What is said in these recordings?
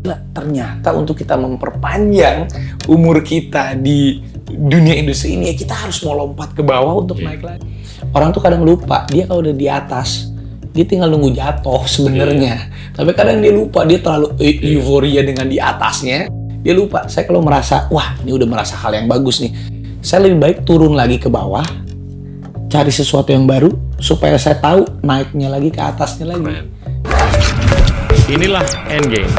Lah, ternyata untuk kita memperpanjang umur kita di dunia industri ini, ya kita harus mau lompat ke bawah untuk naik lagi. Orang tuh kadang lupa, dia kalau udah di atas, dia tinggal nunggu jatuh sebenarnya. Tapi kadang dia lupa, dia terlalu euforia dengan di atasnya. Dia lupa, saya kalau merasa, wah ini udah merasa hal yang bagus nih, saya lebih baik turun lagi ke bawah, cari sesuatu yang baru, supaya saya tahu naiknya lagi ke atasnya lagi. Inilah Endgame.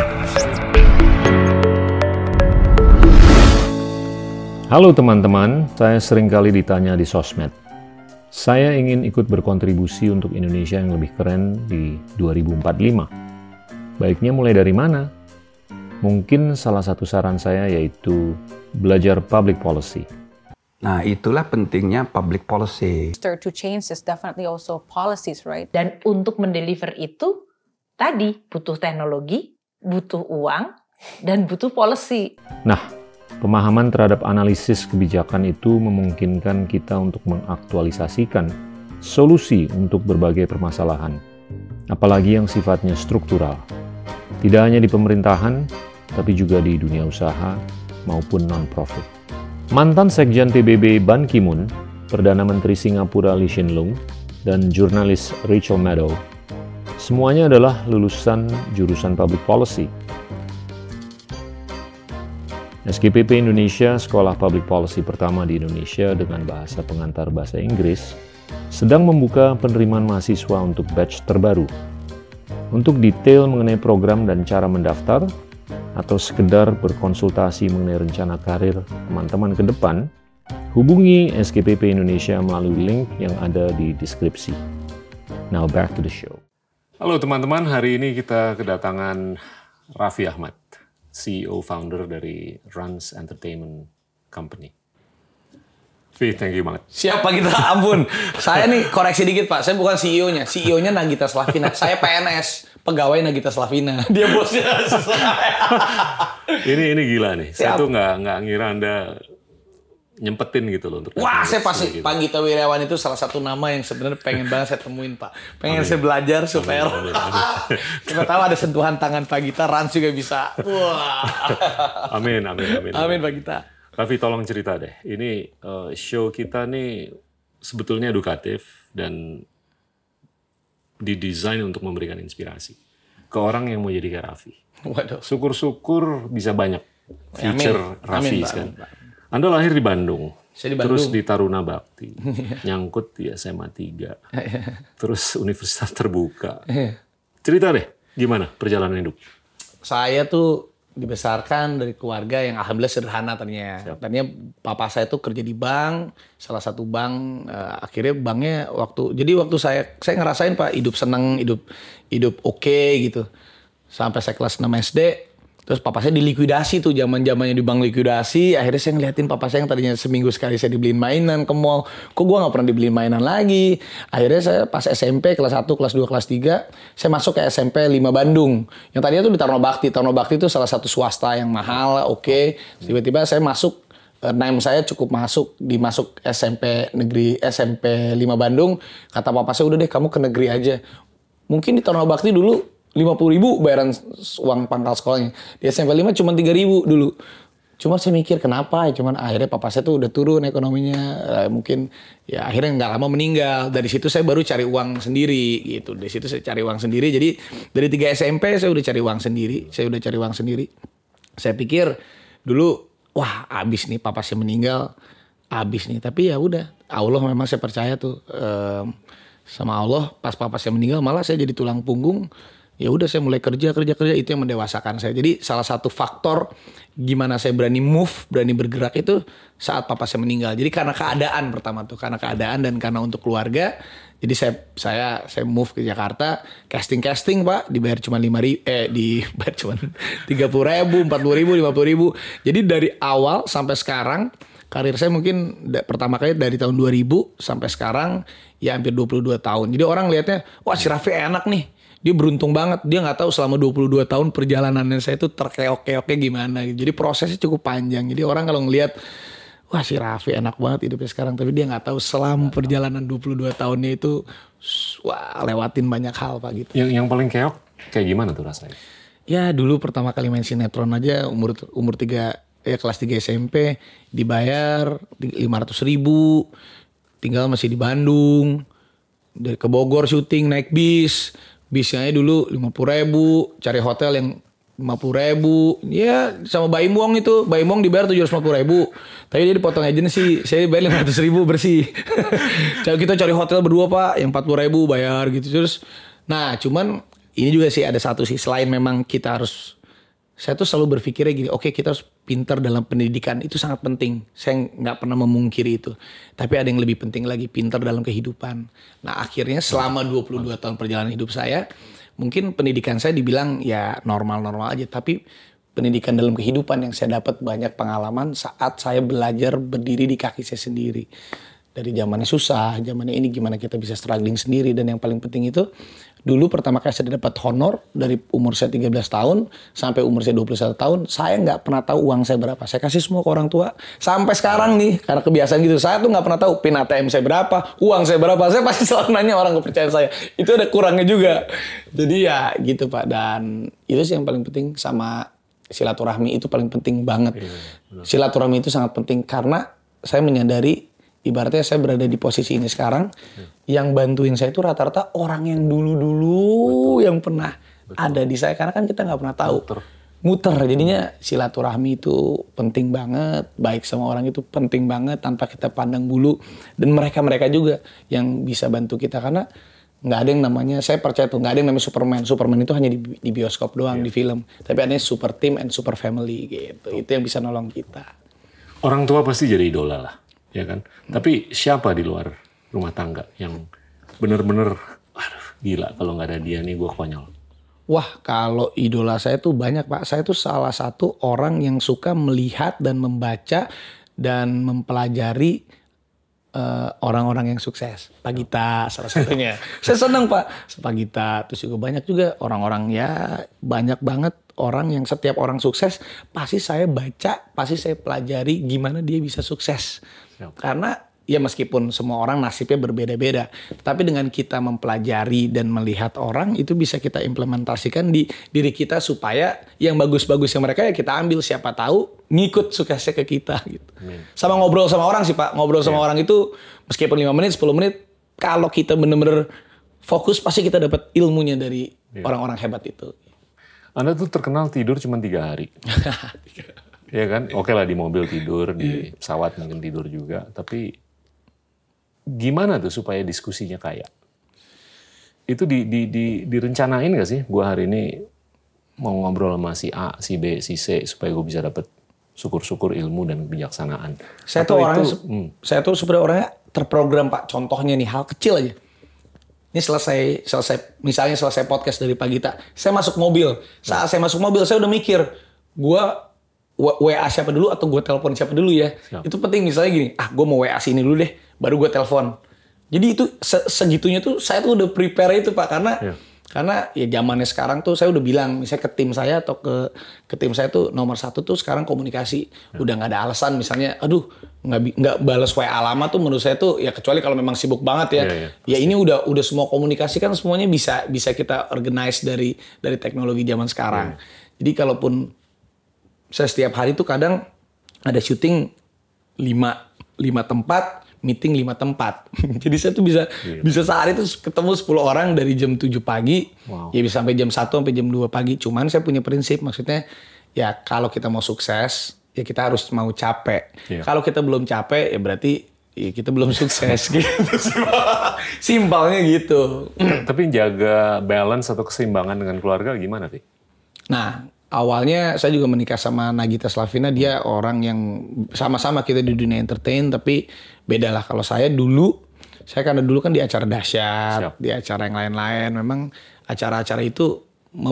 Halo teman-teman, saya sering kali ditanya di sosmed. Saya ingin ikut berkontribusi untuk Indonesia yang lebih keren di 2045. Baiknya mulai dari mana? Mungkin salah satu saran saya yaitu belajar public policy. Nah, itulah pentingnya public policy. To change is definitely also policies, right? Dan untuk mendeliver itu, tadi butuh teknologi, butuh uang, dan butuh policy. Nah, pemahaman terhadap analisis kebijakan itu memungkinkan kita untuk mengaktualisasikan solusi untuk berbagai permasalahan, apalagi yang sifatnya struktural. Tidak hanya di pemerintahan, tapi juga di dunia usaha maupun non-profit. Mantan Sekjen PBB Ban Ki-moon, Perdana Menteri Singapura Lee Hsien Loong, dan jurnalis Rachel Maddow, semuanya adalah lulusan jurusan Public Policy. SKPP Indonesia, sekolah public policy pertama di Indonesia dengan bahasa pengantar bahasa Inggris, sedang membuka penerimaan mahasiswa untuk batch terbaru. Untuk detail mengenai program dan cara mendaftar, atau sekedar berkonsultasi mengenai rencana karir teman-teman ke depan, hubungi SKPP Indonesia melalui link yang ada di deskripsi. Now back to the show. Halo teman-teman, hari ini kita kedatangan Raffi Ahmad, CEO founder dari Rans Entertainment Company. Fi, thank you banget. Siapa kita? Ampun. Saya nih koreksi dikit Pak, saya bukan CEO-nya. CEO-nya Nagita Slavina. Saya PNS, pegawai Nagita Slavina. Dia bosnya. ini gila nih. Saya tuh nggak ngira Anda nyempetin gitu loh untuk. Wah, saya pasti gitu. Pak Gita Wirjawan itu salah satu nama yang sebenarnya pengen banget saya temuin Pak. Pengen saya belajar supaya kita tahu ada sentuhan tangan Pak Gita, Rans juga bisa. Wah. Amin. Amin Pak Gita. Raffi, tolong cerita deh. Ini show kita nih sebetulnya edukatif dan didesain untuk memberikan inspirasi ke orang yang mau jadi kayak Raffi. Waduh. Syukur-syukur bisa banyak future Raffi kan. Anda lahir di Bandung, terus di Taruna Bakti, nyangkut di SMA 3, terus Universitas Terbuka. Cerita deh, gimana perjalanan hidup? Saya tuh dibesarkan dari keluarga yang alhamdulillah sederhana ternyata. Tadinya papa saya tuh kerja di bank, salah satu bank. Akhirnya banknya waktu saya ngerasain Pak hidup seneng, hidup oke gitu. Sampai saya kelas 6 SD. Terus papa saya dilikuidasi tuh, zaman-zamannya di bank likuidasi. Akhirnya saya ngeliatin papa saya yang tadinya seminggu sekali saya dibeliin mainan ke mall. Kok gue gak pernah dibeliin mainan lagi. Akhirnya saya pas SMP, kelas 1, kelas 2, kelas 3. Saya masuk ke SMP 5 Bandung. Yang tadinya tuh di Taruna Bakti. Taruna Bakti itu salah satu swasta yang mahal, oke. Tiba-tiba saya masuk, name saya cukup dimasuk SMP 5 Bandung. Kata papa saya, udah deh kamu ke negeri aja. Mungkin di Taruna Bakti dulu 50.000 bayaran uang pangkal sekolahnya. Di SMP 5 cuma 3.000 dulu. Cuma saya mikir kenapa ya, cuman akhirnya papa saya tuh udah turun ekonominya. Mungkin ya akhirnya nggak lama meninggal. Dari situ saya baru cari uang sendiri gitu. Dari situ saya cari uang sendiri. Jadi dari 3 SMP saya udah cari uang sendiri. Saya pikir dulu wah abis nih papa saya meninggal. Abis nih. Tapi ya udah, Allah memang saya percaya tuh sama Allah. Pas papa saya meninggal malah saya jadi tulang punggung. Ya udah saya mulai kerja itu yang mendewasakan saya. Jadi salah satu faktor gimana saya berani move, berani bergerak itu saat papa saya meninggal. Jadi karena keadaan pertama tuh, karena keadaan dan karena untuk keluarga. Jadi saya move ke Jakarta, casting Pak, dibayar cuma 30.000, 40.000, 50.000. Jadi dari awal sampai sekarang karir saya mungkin pertama kali dari tahun 2000 sampai sekarang ya hampir 22 tahun. Jadi orang lihatnya, wah si Raffi enak nih. Dia beruntung banget, dia nggak tahu selama 22 tahun perjalanannya saya itu terkeok-keoknya gimana. Jadi prosesnya cukup panjang. Jadi orang kalau ngelihat, wah si Raffi enak banget hidupnya sekarang. Tapi dia nggak tahu selama perjalanan 22 tahunnya itu, wah lewatin banyak hal Pak gitu. Yang paling keok kayak gimana tuh rasanya? Ya dulu pertama kali main sinetron aja umur 3 kelas 3 SMP dibayar 500.000, tinggal masih di Bandung, dari ke Bogor syuting naik bisnya dulu 50.000, cari hotel yang 50.000, ya sama Baim Wong itu, Baim Wong dibayar 750.000, tapi dia dipotong agensi, saya bayar 500.000 bersih. Kita cari hotel berdua Pak, yang 40.000 bayar gitu terus. Nah cuman ini juga sih ada satu sih, selain memang kita harus, saya tuh selalu berpikirnya gini, oke, kita harus pintar dalam pendidikan, itu sangat penting. Saya nggak pernah memungkiri itu. Tapi ada yang lebih penting lagi, pintar dalam kehidupan. Nah akhirnya selama 22 tahun perjalanan hidup saya, mungkin pendidikan saya dibilang ya normal-normal aja. Tapi pendidikan dalam kehidupan yang saya dapat banyak pengalaman saat saya belajar berdiri di kaki saya sendiri. Dari zamannya susah, zamannya ini gimana kita bisa struggling sendiri. Dan yang paling penting itu, dulu pertama kali saya dapat honor dari umur saya 13 tahun sampai umur saya 21 tahun, saya nggak pernah tahu uang saya berapa. Saya kasih semua ke orang tua. Sampai sekarang nih, karena kebiasaan gitu, saya tuh nggak pernah tahu PIN ATM saya berapa, uang saya berapa. Saya pasti selalu nanya orang kepercayaan saya. Itu ada kurangnya juga. Jadi ya gitu Pak. Dan itu sih yang paling penting, sama silaturahmi itu paling penting banget. Silaturahmi itu sangat penting karena saya menyadari, ibaratnya saya berada di posisi ini sekarang, yang bantuin saya itu rata-rata orang yang dulu-dulu yang pernah ada di saya. Karena kan kita nggak pernah tahu. Muter. Jadinya silaturahmi itu penting banget. Baik sama orang itu penting banget tanpa kita pandang bulu. Dan mereka-mereka juga yang bisa bantu kita. Karena nggak ada yang namanya, saya percaya tuh, nggak ada yang namanya Superman. Superman itu hanya di bioskop doang, di film. Tapi adanya super team and super family gitu. Itu yang bisa nolong kita. Orang tua pasti jadi idola lah. Ya kan? Tapi siapa di luar rumah tangga yang bener-bener, aduh gila kalau nggak ada dia nih gue konyol. Wah, kalau idola saya tuh banyak Pak. Saya tuh salah satu orang yang suka melihat dan membaca dan mempelajari orang-orang yang sukses. Pak Gita salah satunya. Saya senang Pak. Pak Gita, terus juga banyak juga orang-orang, ya banyak banget orang yang setiap orang sukses pasti saya baca, pasti saya pelajari gimana dia bisa sukses. Karena ya meskipun semua orang nasibnya berbeda-beda, tapi dengan kita mempelajari dan melihat orang itu bisa kita implementasikan di diri kita supaya yang bagus-bagusnya mereka ya kita ambil, siapa tahu ngikut suksesnya ke kita gitu. Sama ngobrol sama orang sih Pak, ngobrol sama orang itu meskipun 5 menit, 10 menit, kalau kita benar-benar fokus pasti kita dapat ilmunya dari orang-orang hebat itu. Anda tuh terkenal tidur cuma 3 hari. Ya kan? Oke lah di mobil tidur, di pesawat mungkin tidur juga. Tapi gimana tuh supaya diskusinya kaya? Itu direncanain gak sih? Gue hari ini mau ngobrol sama si A, si B, si C supaya gue bisa dapet syukur-syukur ilmu dan kebijaksanaan. Saya tuh orangnya, saya tuh sebenarnya orangnya terprogram Pak. Contohnya nih hal kecil aja. Ini selesai misalnya selesai podcast dari Pak Gita, saya masuk mobil. Saat saya masuk mobil, saya udah mikir, gue WA siapa dulu atau gue telepon siapa dulu ya. Itu penting, misalnya gini, gue mau WA sini dulu deh, baru gue telepon. Jadi itu segitunya tuh saya tuh udah prepare itu Pak, karena ya zamannya sekarang tuh saya udah bilang, misalnya ke tim saya atau ke tim saya tuh nomor 1 tuh sekarang komunikasi. Udah nggak ada alasan misalnya, aduh nggak balas WA lama tuh menurut saya tuh ya kecuali kalau memang sibuk banget ya. Ya ini udah semua komunikasi kan semuanya bisa kita organize dari teknologi zaman sekarang. Jadi kalaupun saya setiap hari tuh kadang ada syuting 5 tempat, meeting 5 tempat. Jadi saya tuh bisa sehari tuh ketemu 10 orang dari jam 7 pagi, ya bisa sampai jam 1 sampai jam 2 pagi. Cuman saya punya prinsip, maksudnya ya kalau kita mau sukses, ya kita harus mau capek. Kalau kita belum capek, ya berarti ya kita belum sukses gitu. Simpelnya gitu. Tapi jaga balance atau keseimbangan dengan keluarga gimana sih? Nah, awalnya saya juga menikah sama Nagita Slavina. Dia orang yang sama-sama kita di dunia entertain, tapi beda lah. Kalau saya karena dulu kan di acara dahsyat, di acara yang lain-lain. Memang acara-acara itu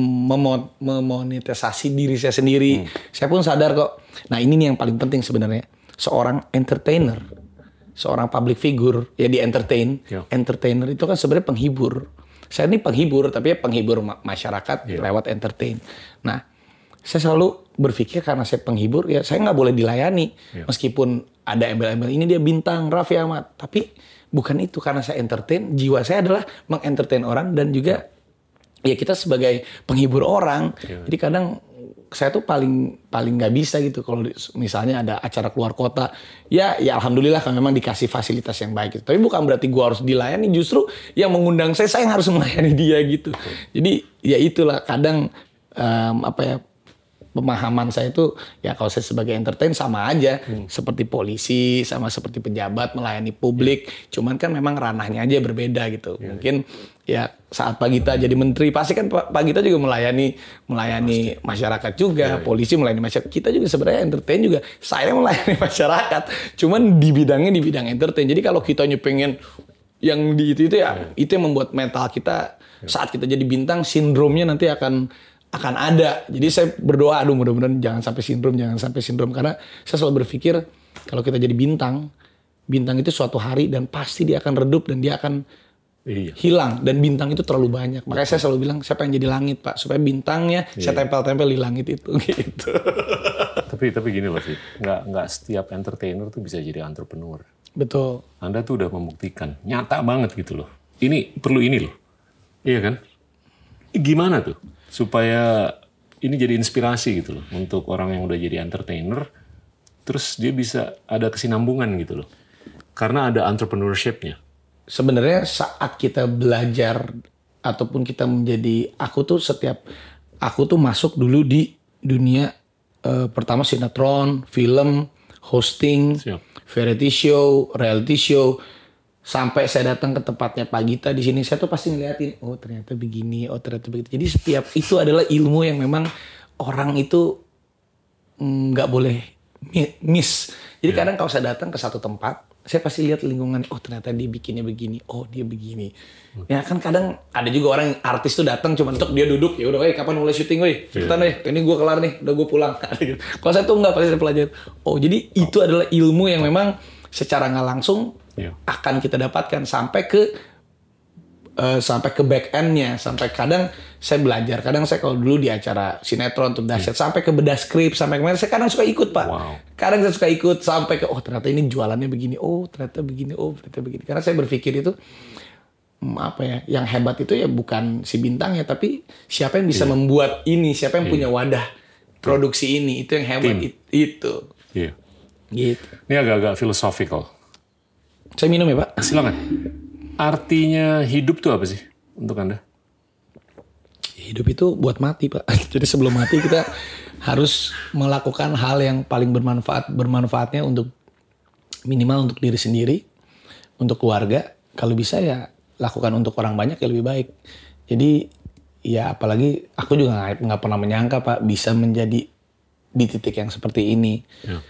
memonetisasi diri saya sendiri. Saya pun sadar kok. Nah ini nih yang paling penting sebenarnya. Seorang entertainer, seorang public figure, ya di entertain. Entertainer itu kan sebenarnya penghibur. Saya ini penghibur, tapi ya penghibur masyarakat lewat entertain. Nah, saya selalu berpikir karena saya penghibur, ya saya nggak boleh dilayani. Meskipun ada embel-embel ini dia bintang Raffi Ahmad, tapi bukan itu. Karena saya entertain, jiwa saya adalah mengentertain orang dan juga ya kita sebagai penghibur orang. Jadi kadang saya tuh paling nggak bisa gitu kalau misalnya ada acara keluar kota. Ya alhamdulillah kan memang dikasih fasilitas yang baik gitu. Tapi bukan berarti gua harus dilayani, justru yang mengundang saya yang harus melayani dia gitu. Jadi ya itulah kadang pemahaman saya itu ya kalau saya sebagai entertain sama aja seperti polisi sama seperti pejabat melayani publik, cuman kan memang ranahnya aja berbeda gitu. Mungkin ya saat Pak Gita jadi menteri pasti kan Pak Gita juga melayani masyarakat juga, polisi melayani masyarakat, kita juga sebenarnya entertain juga, saya melayani masyarakat, cuman di bidang entertain. Jadi kalau kita pengen yang di itu ya itu yang membuat mental kita saat kita jadi bintang sindromnya nanti akan ada. Jadi saya berdoa, mudah-mudahan jangan sampai sindrom, karena saya selalu berpikir kalau kita jadi bintang itu suatu hari dan pasti dia akan redup dan dia akan hilang, dan bintang itu terlalu banyak. Makanya saya selalu bilang saya pengen jadi langit, Pak, supaya bintangnya saya tempel-tempel di langit itu gitu. Tapi gini loh sih, nggak setiap entertainer tuh bisa jadi entrepreneur. Betul. Anda tuh udah membuktikan, nyata banget gitu loh. Ini perlu ini loh, iya kan? Gimana tuh supaya ini jadi inspirasi gitu loh untuk orang yang udah jadi entertainer, terus dia bisa ada kesinambungan gitu loh, karena ada entrepreneurship-nya. Sebenarnya saat kita belajar ataupun kita menjadi, aku tuh masuk dulu di dunia pertama sinetron, film, hosting, variety show, reality show. Sampai saya datang ke tempatnya Pak Gita di sini, saya tuh pasti ngeliatin, oh ternyata begini, oh ternyata begitu. Jadi setiap itu adalah ilmu yang memang orang itu nggak boleh miss. Jadi kadang kalau saya datang ke satu tempat, saya pasti lihat lingkungan, oh ternyata dia bikinnya begini, oh dia begini. Ya kan kadang ada juga orang artis tuh datang cuma untuk dia duduk, ya udah, kapan mulai syuting, cepetan deh, ini gue kelar nih, udah gue pulang. Kalau saya tuh nggak, pasti saya pelajari. Oh jadi itu adalah ilmu yang memang secara nggak langsung akan kita dapatkan sampai ke back end-nya, sampai kadang saya belajar, kadang saya kalau dulu di acara sinetron tuh dahsyat, sampai ke bedah skrip, sampai kemarin saya kadang suka ikut, Pak. Kadang saya suka ikut sampai ke, oh ternyata ini jualannya begini, oh ternyata begini, oh ternyata begini. Karena saya berpikir itu yang hebat itu ya bukan si bintangnya, tapi siapa yang bisa membuat ini, siapa yang punya wadah produksi ini, itu yang hebat. Itu. Iya. Gitu. Ini agak-agak philosophical. Saya minum ya, Pak. Silakan. Artinya hidup tuh apa sih untuk Anda? Hidup itu buat mati, Pak. Jadi sebelum mati kita harus melakukan hal yang paling bermanfaatnya untuk minimal untuk diri sendiri, untuk keluarga. Kalau bisa ya lakukan untuk orang banyak ya lebih baik. Jadi ya apalagi aku juga nggak pernah menyangka, Pak, bisa menjadi di titik yang seperti ini.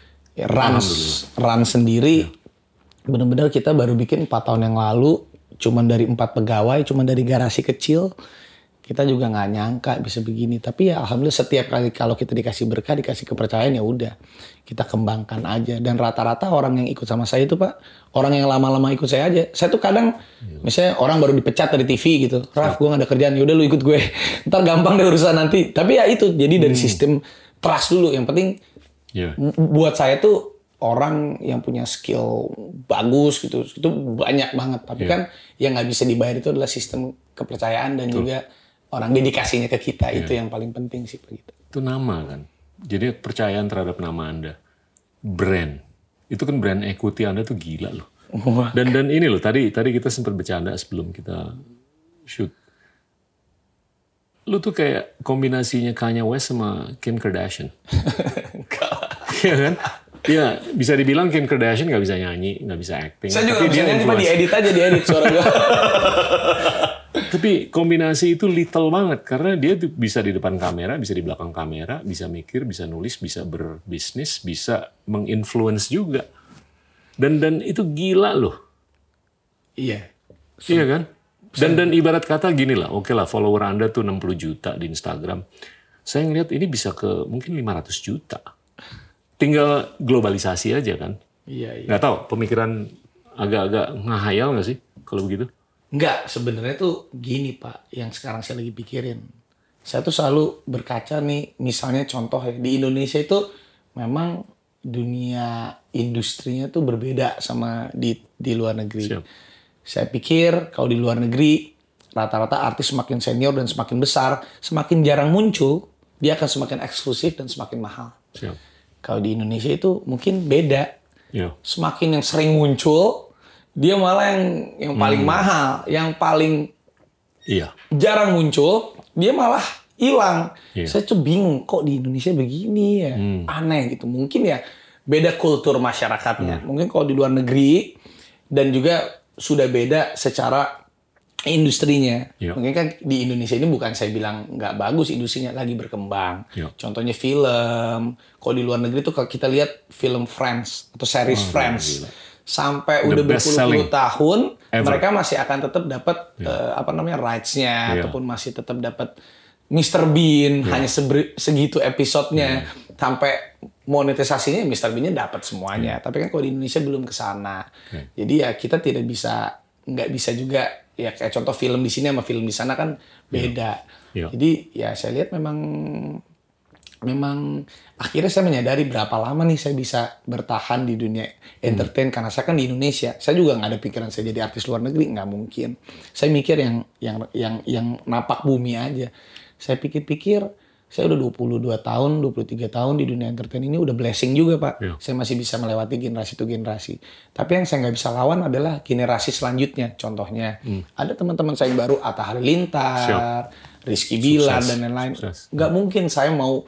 Run sendiri. Benar-benar kita baru bikin 4 tahun yang lalu, cuman dari 4 pegawai, cuman dari garasi kecil. Kita juga nggak nyangka bisa begini. Tapi ya alhamdulillah setiap kali kalau kita dikasih berkah, dikasih kepercayaan, ya udah kita kembangkan aja. Dan rata-rata orang yang ikut sama saya itu, Pak, orang yang lama-lama ikut saya aja. Saya tuh kadang misalnya orang baru dipecat dari TV gitu, Raf gue nggak ada kerjaan, yaudah lu ikut gue, ntar gampang deh urusan nanti. Tapi ya itu jadi dari sistem trust dulu. Yang penting buat saya tuh orang yang punya skill bagus gitu, itu banyak banget. Tapi kan yang nggak bisa dibayar itu adalah sistem kepercayaan dan juga orang dedikasinya ke kita. Itu yang paling penting sih begitu. Itu nama kan. Jadi kepercayaan terhadap nama Anda. Brand. Itu kan brand equity Anda tuh gila loh. Dan ini loh, tadi kita sempat bercanda sebelum kita shoot. Lu tuh kayak kombinasinya Kanye West sama Kim Kardashian. Iya kan? Ya, bisa dibilang Kim Kardashian nggak bisa nyanyi, nggak bisa acting. Saya juga bisa nyanyi, cuma diedit aja, diedit suara gue. Tapi kombinasi itu little banget, karena dia tuh bisa di depan kamera, bisa di belakang kamera, bisa mikir, bisa nulis, bisa berbisnis, bisa menginfluence juga. Dan itu gila loh. Iya. Iya kan? Dan ibarat kata gini lah, oke lah follower Anda tuh 60 juta di Instagram. Saya ngeliat ini bisa ke mungkin 500 juta. Tinggal globalisasi aja kan. Iya. Nggak tahu, pemikiran agak-agak ngahayal nggak sih kalau begitu? Nggak, sebenarnya tuh gini, Pak, yang sekarang saya lagi pikirin. Saya tuh selalu berkaca nih, misalnya contoh ya, di Indonesia itu memang dunia industrinya tuh berbeda sama di luar negeri. Siap. Saya pikir kalau di luar negeri rata-rata artis semakin senior dan semakin besar, semakin jarang muncul, dia akan semakin eksklusif dan semakin mahal. Siap. Kalau di Indonesia itu mungkin beda. Ya. Semakin yang sering muncul, dia malah yang paling mahal, yang paling Iya. jarang muncul, dia malah hilang. Iya. Saya tuh bingung, kok di Indonesia begini ya? Aneh gitu. Mungkin ya beda kultur masyarakatnya. Mungkin kalau di luar negeri dan juga sudah beda secara industrinya. Iya. Mungkin kan di Indonesia ini bukan saya bilang nggak bagus, industrinya lagi berkembang. Iya. Contohnya film. Kalau di luar negeri tuh kalau kita lihat film Friends atau series Friends. gila. Sampai The udah best selling berpuluh-puluh tahun, ever. mereka masih akan tetap dapat rights-nya Iya. ataupun masih tetap dapat Mr. Bean hanya segitu episodenya sampai monetisasinya Mr. Bean-nya dapat semuanya. Tapi kan kalau di Indonesia belum ke sana. Jadi ya kita tidak bisa, nggak bisa juga ya kayak contoh film di sini sama film di sana kan beda. Iya. Jadi ya saya lihat memang akhirnya saya menyadari berapa lama nih saya bisa bertahan di dunia entertain karena saya kan di Indonesia. Saya juga nggak ada pikiran saya jadi artis luar negeri, nggak mungkin. Saya mikir yang napak bumi aja. Saya pikir-pikir saya udah 22 tahun, 23 tahun di dunia entertain ini udah blessing juga, Pak. Iya. Saya masih bisa melewati generasi itu generasi. Tapi yang saya nggak bisa lawan adalah generasi selanjutnya. Contohnya ada teman-teman saya yang baru, Atta Halilintar, Rizky Bilar dan lain-lain. Sukses. Nggak mungkin saya mau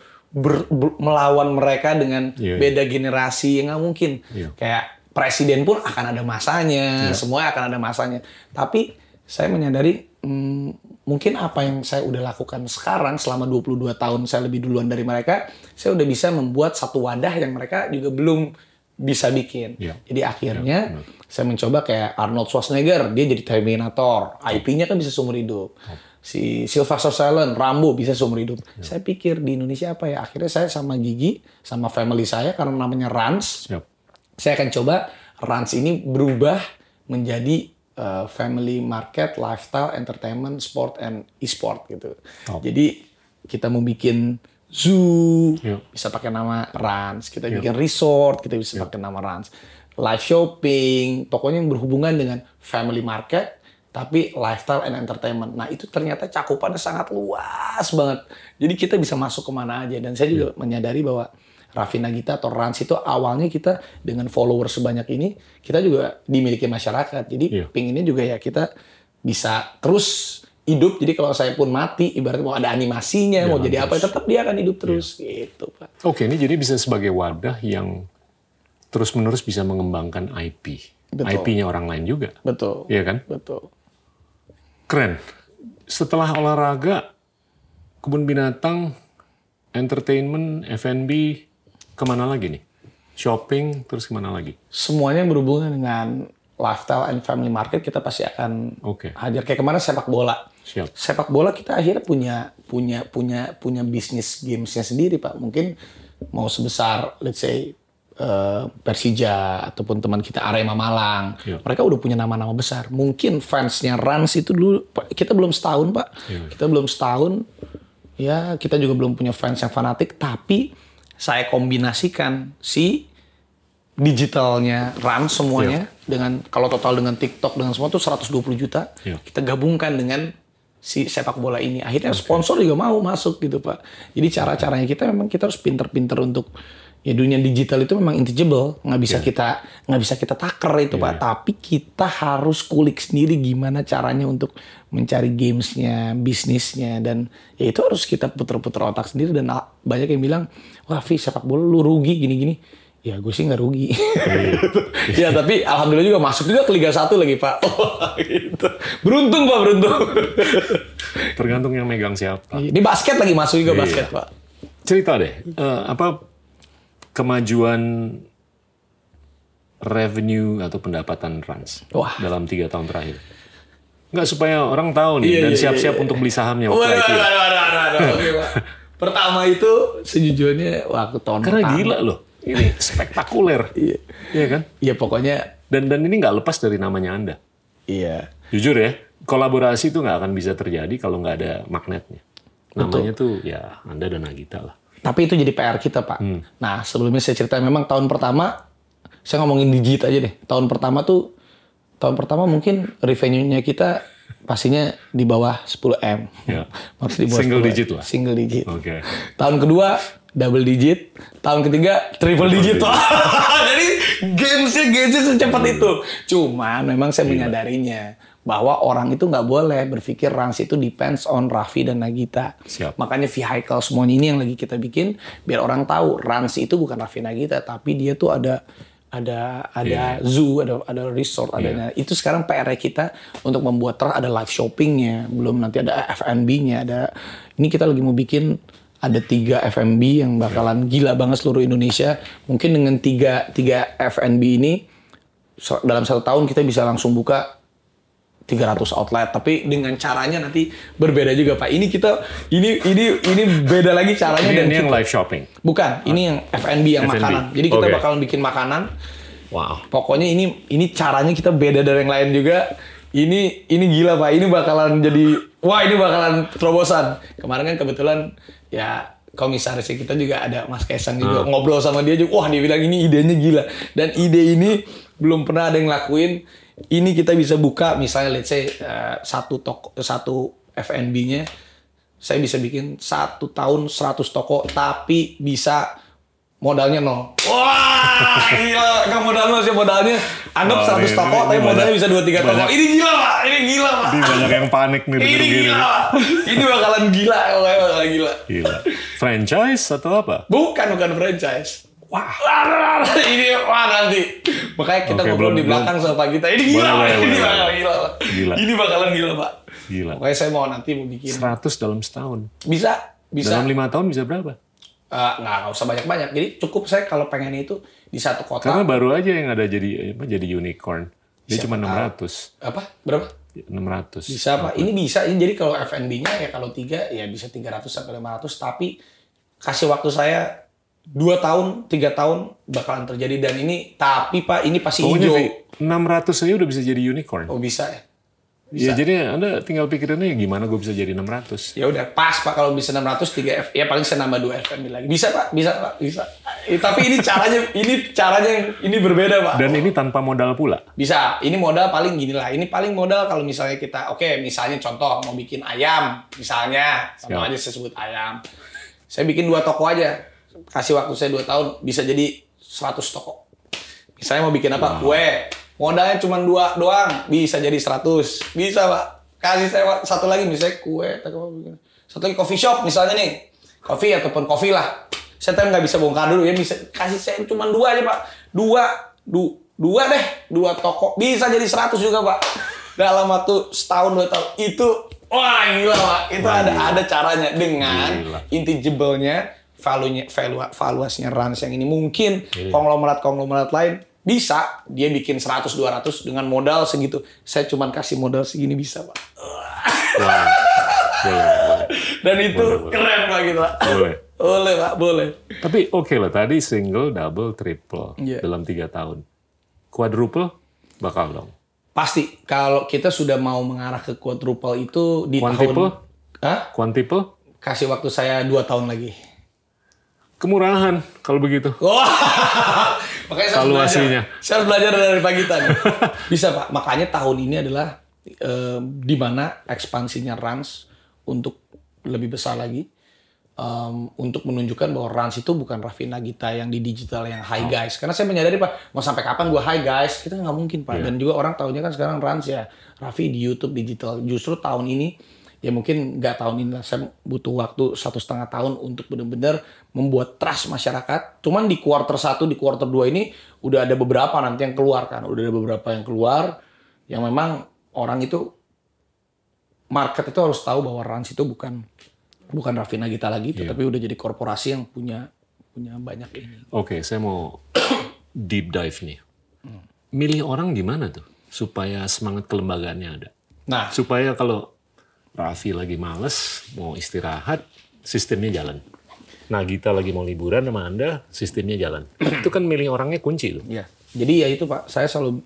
melawan mereka dengan Iya, beda generasi, nggak mungkin. Iya. Kayak presiden pun akan ada masanya, semua akan ada masanya. Tapi saya menyadari mungkin apa yang saya udah lakukan sekarang selama 22 tahun saya lebih duluan dari mereka, saya udah bisa membuat satu wadah yang mereka juga belum bisa bikin. Iya. Jadi akhirnya saya mencoba kayak Arnold Schwarzenegger, dia jadi Terminator, IP-nya kan bisa seumur hidup. Si Sylvester Stallone, Rambo bisa seumur hidup. Saya pikir di Indonesia apa ya? Akhirnya saya sama Gigi, sama family saya karena namanya Rans. Siap. Saya akan coba Rans ini berubah menjadi family market, lifestyle, entertainment, sport, and e-sport gitu. Jadi kita mau bikin zoo, bisa pakai nama Rans. Kita bikin resort, kita bisa pakai nama Rans. Live shopping, pokoknya yang berhubungan dengan family market, tapi lifestyle and entertainment. Nah itu ternyata cakupannya sangat luas banget. Jadi kita bisa masuk kemana aja. Dan saya juga menyadari bahwa Raffi Nagita atau Rans itu awalnya kita dengan followers sebanyak ini, kita juga dimiliki masyarakat. Jadi pinginnya juga ya kita bisa terus hidup. Jadi kalau saya pun mati, ibaratnya mau ada animasinya, mau jadi apa, tetap dia akan hidup terus. Gitu, Pak. Oke, ini jadi bisa sebagai wadah yang terus-menerus bisa mengembangkan IP. Betul. IP-nya orang lain juga. Betul. Iya kan? Betul. Keren. Setelah olahraga, kebun binatang, entertainment, F&B, kemana lagi nih? Shopping, terus kemana lagi? Semuanya yang berhubungan dengan lifestyle and family market kita pasti akan hajar. Kayak kemarin sepak bola. Siap. Sepak bola kita akhirnya punya bisnis gamesnya sendiri, Pak. Mungkin mau sebesar let's say Persija ataupun teman kita Arema Malang, mereka udah punya nama-nama besar. Mungkin fansnya Rans itu dulu kita belum setahun, Pak. Kita belum setahun. Ya, kita juga belum punya fans yang fanatik, tapi saya kombinasikan si digitalnya Rans semuanya dengan kalau total dengan TikTok dengan semua tuh 120 juta. Kita gabungkan dengan si sepak bola ini. Akhirnya sponsor juga mau masuk gitu, Pak. Jadi cara-caranya kita memang kita harus pinter-pinter untuk ya dunia digital itu memang intangible, nggak bisa kita taker itu, Pak. Tapi kita harus kulik sendiri gimana caranya untuk mencari gamesnya, bisnisnya, dan ya itu harus kita puter-puter otak sendiri. Dan banyak yang bilang, wah Vi sepak bola lu rugi gini-gini. Ya gue sih nggak rugi. Ya tapi alhamdulillah juga masuk juga ke Liga 1 lagi, Pak. Gitu. Beruntung, Pak, beruntung. Tergantung yang megang siapa. Ini basket lagi masuk juga basket, Pak. Cerita deh, apa kemajuan revenue atau pendapatan Rans dalam 3 tahun terakhir? Nggak, supaya orang tahu nih dan siap-siap untuk beli sahamnya waktu itu. Oke, Pak. Pertama itu sejujurnya waktu tahun Karena pertama. gila loh, ini spektakuler. Iya kan? Iya pokoknya. Dan ini nggak lepas dari namanya Anda. Iya. Jujur ya, kolaborasi itu nggak akan bisa terjadi kalau nggak ada magnetnya. Namanya tuh ya Anda dan Nagita lah. Tapi itu jadi PR kita, Pak. Nah, sebelumnya saya cerita memang tahun pertama, saya ngomongin digit aja deh. Tahun pertama mungkin revenue-nya kita pastinya di bawah 10M. Ya. Maksudnya di bawah Single 10M. digit lah. Single digit. Oke. Tahun kedua double digit, tahun ketiga triple digit. Jadi gamesnya secepat itu. Cuman memang saya menyadarinya bahwa orang itu nggak boleh berpikir Rans itu depends on Raffi dan Nagita. Siap. Makanya vehicle semuanya ini yang lagi kita bikin biar orang tahu Rans itu bukan Raffi Nagita, tapi dia tuh ada zoo, ada resort, ada itu sekarang PR kita untuk membuat ada live shoppingnya, belum nanti ada F&B-nya, ini kita lagi mau bikin ada 3 F&B yang bakalan gila banget seluruh Indonesia. Mungkin dengan 3 F&B ini dalam 1 tahun kita bisa langsung buka 300 outlet, tapi dengan caranya nanti berbeda juga Pak. Ini beda lagi caranya. Ini yang live shopping. Bukan, ini yang F&B yang F&B. makanan. Jadi kita bakalan bikin makanan. Wow. Pokoknya ini caranya kita beda dari yang lain juga. Ini gila Pak. Ini bakalan ini bakalan terobosan. Kemarin kan kebetulan ya komisaris kita juga ada Mas Kaisang juga ngobrol sama dia juga. Wah, dia bilang ini idenya gila. Dan ide ini belum pernah ada yang ngelakuin. Ini kita bisa buka misalnya let's say satu F&B-nya saya bisa bikin 1 tahun 100 toko tapi bisa modalnya 0. Wah, gila, nggak modal 0 sih, modalnya anggap 100 toko tapi modalnya bisa 2-3 toko. Ini gila Pak, ini gila Pak. Ini banyak yang panik nih Ini gila Pak. Ini bakalan gila, Gila. Franchise atau apa? Bukan franchise. Wah, ini nanti. Makanya kita ngobrol di belakang sama Pak Gita. Ini gila, ini bakalan gila. Ini bakalan gila, Pak. Gila. Makanya saya mau nanti mau bikin 100 dalam setahun. Bisa. Dalam 5 tahun bisa berapa? Nggak usah banyak-banyak. Jadi cukup saya kalau pengen itu di satu kota. Karena baru aja yang ada jadi unicorn. Dia cuma 600. Apa? Berapa? 600. Bisa, Pak. Ini bisa. Jadi kalau F&B-nya ya kalau 3 ya bisa 300 sampai 500. Tapi kasih waktu saya 2 tahun, 3 tahun bakalan terjadi. Dan ini, tapi Pak, ini pasti hijau. 600 aja udah bisa jadi unicorn. Oh, bisa ya? Ya, jadi Anda tinggal pikirannya gimana gue bisa jadi 600. Ya udah, pas Pak kalau bisa 600, 3 F. Ya paling saya nambah 2 F&B lagi. Bisa Pak, bisa Pak, bisa. Tapi ini caranya ini berbeda Pak. Dan ini tanpa modal pula. Bisa. Ini modal paling gini lah. Ini paling modal kalau misalnya kita, misalnya contoh mau bikin ayam. Misalnya, contoh aja saya sebut ayam. Saya bikin 2 toko aja. Kasih waktu saya 2 tahun, bisa jadi 100 toko. Misalnya mau bikin apa? Kue. Modalnya cuma 2 doang, bisa jadi 100. Bisa, Pak. Kasih saya satu lagi, misalnya kue. Satu lagi coffee shop, misalnya nih. Coffee ataupun coffee lah. Saya tapi nggak bisa bongkar dulu ya. Bisa kasih saya cuma 2 aja, Pak. 2 deh. 2 toko. Bisa jadi 100 juga, Pak. Dalam waktu setahun 2 tahun. Itu, wah gila, Pak. Itu ada caranya. Dengan intangible-nya, valuasinya Rans yang ini mungkin konglomerat lain bisa dia bikin 100-200 dengan modal segitu. Saya cuma kasih modal segini bisa, Pak. Wow. Dan itu keren Pak gitu, Pak. Boleh Pak, boleh. Tapi oke lah, tadi single, double, triple dalam 3 tahun. Quadruple bakal dong. Pasti kalau kita sudah mau mengarah ke quadruple itu di Quantuple? tahun. Quantuple? Kasih waktu saya 2 tahun lagi. Kemurahan kalau begitu. Makanya saya harus belajar dari Pak Gita nih. Bisa Pak. Makanya tahun ini adalah di mana ekspansinya Rans untuk lebih besar lagi. Untuk menunjukkan bahwa Rans itu bukan Raffi Nagita yang di digital yang high guys. Karena saya menyadari Pak, mau sampai kapan gue high guys? Kita nggak mungkin Pak. Dan juga orang tahunya kan sekarang Rans ya Raffi di YouTube digital. Justru tahun ini ya mungkin nggak tahun ini lah, saya butuh waktu 1,5 tahun untuk benar-benar membuat trust masyarakat. Cuman di quarter 1, di quarter 2 ini udah ada beberapa nanti yang keluar kan. Udah ada beberapa yang keluar yang memang orang itu, market itu harus tahu bahwa Rans itu bukan Raffi Nagita lagi, tapi udah jadi korporasi yang punya banyak ini. Oke, saya mau deep dive nih. Milih orang gimana tuh supaya semangat kelembagaannya ada? Nah, supaya kalau Raffi lagi males, mau istirahat, sistemnya jalan. Nagita lagi mau liburan sama Anda, sistemnya jalan. Itu kan milih orangnya kunci loh. Ya. Jadi ya itu Pak, saya selalu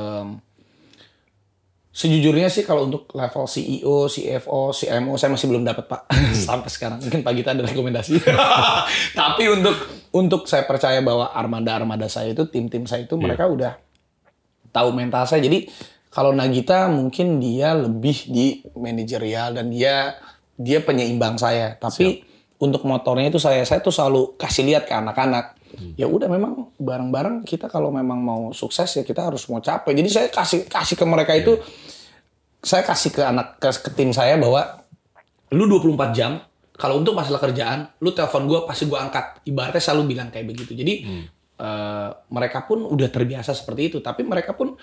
sejujurnya sih kalau untuk level CEO, CFO, CMO saya masih belum dapat Pak sampai sekarang. Mungkin Pak Gita ada rekomendasi. Tapi untuk saya percaya bahwa armada saya itu, tim saya itu mereka udah tahu mental saya. Jadi Kalau Nagita mungkin dia lebih di manajerial dan dia penyeimbang saya. Tapi untuk motornya itu saya tuh selalu kasih lihat ke anak-anak. Ya udah memang bareng-bareng kita kalau memang mau sukses ya kita harus mau capek. Jadi saya kasih ke mereka itu, saya kasih ke tim saya bahwa lu 24 jam kalau untuk masalah kerjaan, lu telepon gue pasti gue angkat. Ibaratnya selalu bilang kayak begitu. Jadi mereka pun udah terbiasa seperti itu. Tapi mereka pun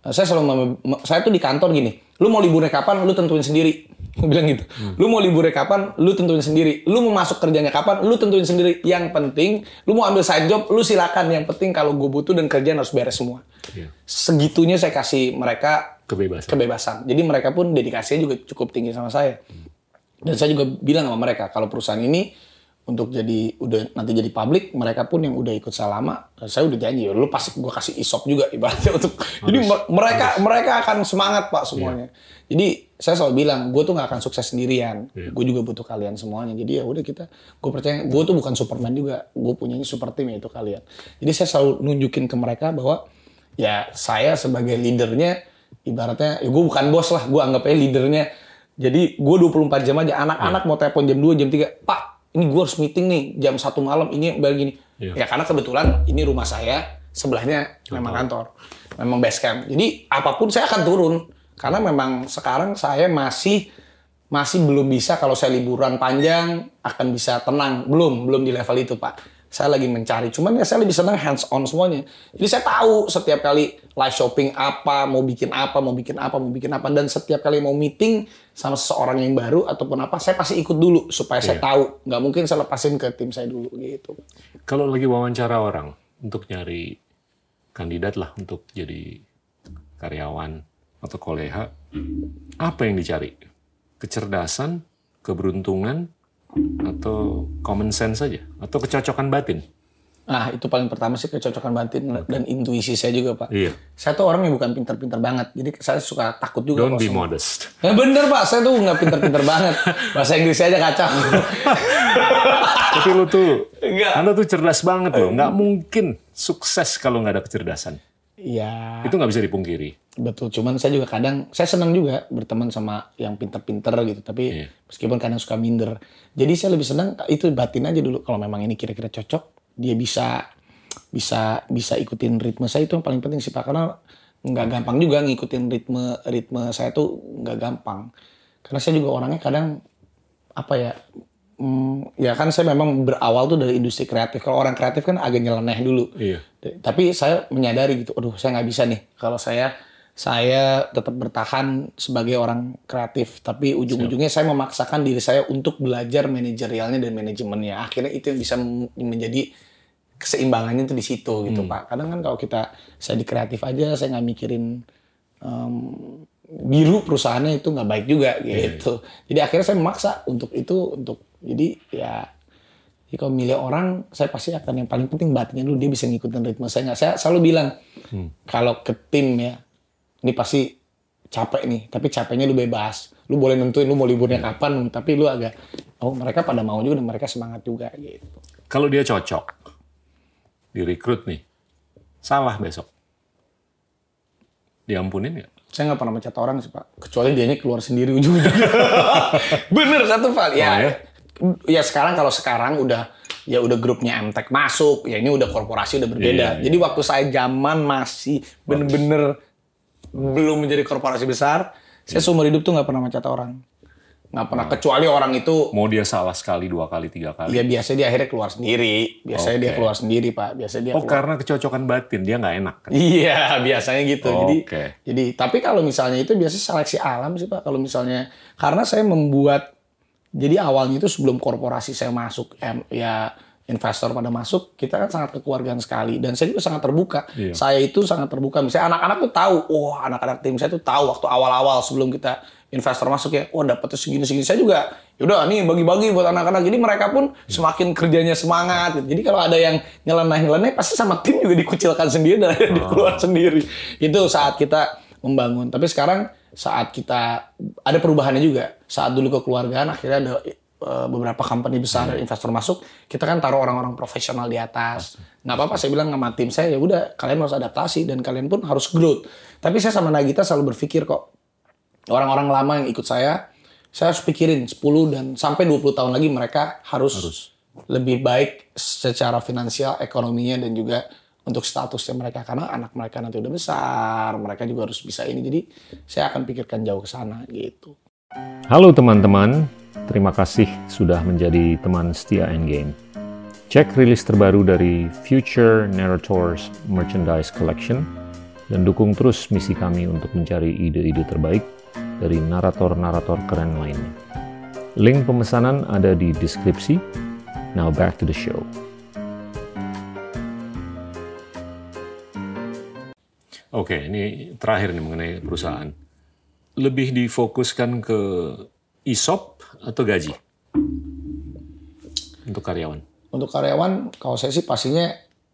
saya tuh di kantor gini, lu mau liburnya kapan, lu tentuin sendiri. Gue bilang gitu. Lu mau liburnya kapan, lu tentuin sendiri. Lu mau masuk kerjanya kapan, lu tentuin sendiri. Yang penting, lu mau ambil side job, lu silakan. Yang penting kalau gue butuh dan kerjaan harus beres semua. Segitunya saya kasih mereka kebebasan. Jadi mereka pun dedikasinya juga cukup tinggi sama saya. Dan saya juga bilang sama mereka, kalau perusahaan ini untuk nanti jadi publik, mereka pun yang udah ikut selama, saya udah janji, lu pasti gue kasih ESOP juga ibaratnya untuk. Jadi mereka akan semangat Pak semuanya. Jadi saya selalu bilang, gue tuh nggak akan sukses sendirian, gue juga butuh kalian semuanya. Jadi ya udah gue percaya, gue tuh bukan Superman juga, gue punyanya super team yaitu kalian. Jadi saya selalu nunjukin ke mereka bahwa ya saya sebagai leadernya, ibaratnya ya gue bukan bos lah, gue anggap aja leadernya. Jadi gue 24 jam aja, anak-anak mau telepon jam 2, jam 3, Pak, ini gue harus meeting nih, jam 1 malam, ini begini. Ya karena kebetulan ini rumah saya, sebelahnya memang kantor, memang base camp. Jadi apapun saya akan turun. Karena memang sekarang saya masih belum bisa kalau saya liburan panjang, akan bisa tenang. Belum di level itu Pak. Saya lagi mencari, cuman ya saya lebih senang hands on semuanya. Jadi saya tahu setiap kali live shopping apa, mau bikin apa, dan setiap kali mau meeting sama seseorang yang baru ataupun apa, saya pasti ikut dulu supaya saya tahu. Nggak mungkin saya lepasin ke tim saya dulu gitu. Kalau lagi wawancara orang untuk nyari kandidat lah untuk jadi karyawan atau koleha, apa yang dicari? Kecerdasan, keberuntungan, atau common sense saja, atau kecocokan batin? Nah, itu paling pertama sih kecocokan batin dan intuisi saya juga, Pak. Iya. Saya tuh orang yang bukan pintar-pintar banget, jadi saya suka takut juga. Don't be modest. Ya bener, Pak, saya tuh nggak pintar-pintar banget. Bahasa Inggris aja kacau. Tapi Anda tuh cerdas banget loh. Nggak mungkin sukses kalau nggak ada kecerdasan. Iya. Itu nggak bisa dipungkiri. Betul, cuman saya juga saya senang juga berteman sama yang pinter-pinter gitu, tapi meskipun kadang suka minder. Jadi saya lebih senang itu batin aja dulu. Kalau memang ini kira-kira cocok, dia bisa ikutin ritme saya, itu yang paling penting sih Pak. Karena nggak gampang juga ngikutin ritme saya tuh nggak gampang. Karena saya juga orangnya kadang ya kan saya memang berawal tuh dari industri kreatif. Kalau orang kreatif kan agak nyeleneh dulu. Iya. Tapi saya menyadari gitu, aduh saya nggak bisa nih kalau saya tetap bertahan sebagai orang kreatif, tapi ujung-ujungnya saya memaksakan diri saya untuk belajar manajerialnya dan manajemennya. Akhirnya itu yang bisa menjadi keseimbangannya itu di situ gitu Pak. Kadang kan kalau saya di kreatif aja, saya nggak mikirin biru perusahaannya itu nggak baik juga gitu. Jadi akhirnya saya memaksa jadi kalau milih orang, saya pasti akan yang paling penting batinnya dulu, dia bisa ngikutin ritme saya. Saya selalu bilang kalau ke tim ya, ini pasti capek nih, tapi capeknya lu bebas. Lu boleh nentuin lu mau liburnya kapan, tapi lu mereka pada mau juga dan mereka semangat juga gitu. Kalau dia cocok, direkrut nih, salah besok, diampunin nggak? Saya nggak pernah mencat orang sih Pak, kecuali dianya keluar sendiri ujung-ujungnya. Bener satu Pak. Ya sekarang udah grupnya MTech masuk, ya ini udah korporasi udah berbeda. Jadi waktu saya zaman masih bener-bener belum menjadi korporasi besar, saya seumur hidup tuh nggak pernah mencat orang. Nggak pernah, kecuali orang itu mau dia salah sekali, 2 kali, 3 kali. Ya biasanya dia akhirnya keluar sendiri. Dia keluar sendiri Pak. Karena kecocokan batin, dia nggak enak kan? Iya, biasanya gitu. Jadi tapi kalau misalnya itu biasanya seleksi alam sih Pak. Kalau misalnya, karena saya membuat, jadi awalnya itu sebelum korporasi saya masuk, investor pada masuk, kita kan sangat kekeluargaan sekali. Dan saya juga sangat terbuka. Iya. Saya itu sangat terbuka. Misalnya anak-anak tuh tahu, anak-anak tim saya tuh tahu waktu awal-awal sebelum kita investor masuk ya, dapetnya segini-segini. Saya juga, yaudah nih bagi-bagi buat anak-anak. Jadi mereka pun semakin kerjanya semangat. Gitu. Jadi kalau ada yang nyeleneh-nyeleneh, pasti sama tim juga dikucilkan sendiri dan dikeluar sendiri. Itu saat kita membangun. Tapi sekarang saat kita ada perubahannya juga. Saat dulu kekeluargaan, akhirnya ada beberapa company besar investor masuk, kita kan taruh orang-orang profesional di atas. Nggak apa-apa, saya bilang sama tim saya, ya udah kalian harus adaptasi dan kalian pun harus growth. Tapi saya sama Nagita selalu berpikir kok, orang-orang lama yang ikut saya harus pikirin 10 dan sampai 20 tahun lagi mereka harus lebih baik secara finansial, ekonominya dan juga untuk statusnya mereka, karena anak mereka nanti udah besar, mereka juga harus bisa ini. Jadi saya akan pikirkan jauh ke sana gitu. Halo teman-teman, terima kasih sudah menjadi teman setia Endgame. Cek rilis terbaru dari Future Narrators Merchandise Collection dan dukung terus misi kami untuk mencari ide-ide terbaik dari narator-narator keren lainnya. Link pemesanan ada di deskripsi. Now back to the show. Oke, ini terakhir nih mengenai perusahaan. Lebih difokuskan ke ESOP atau gaji untuk karyawan? Untuk karyawan, kalau saya sih pastinya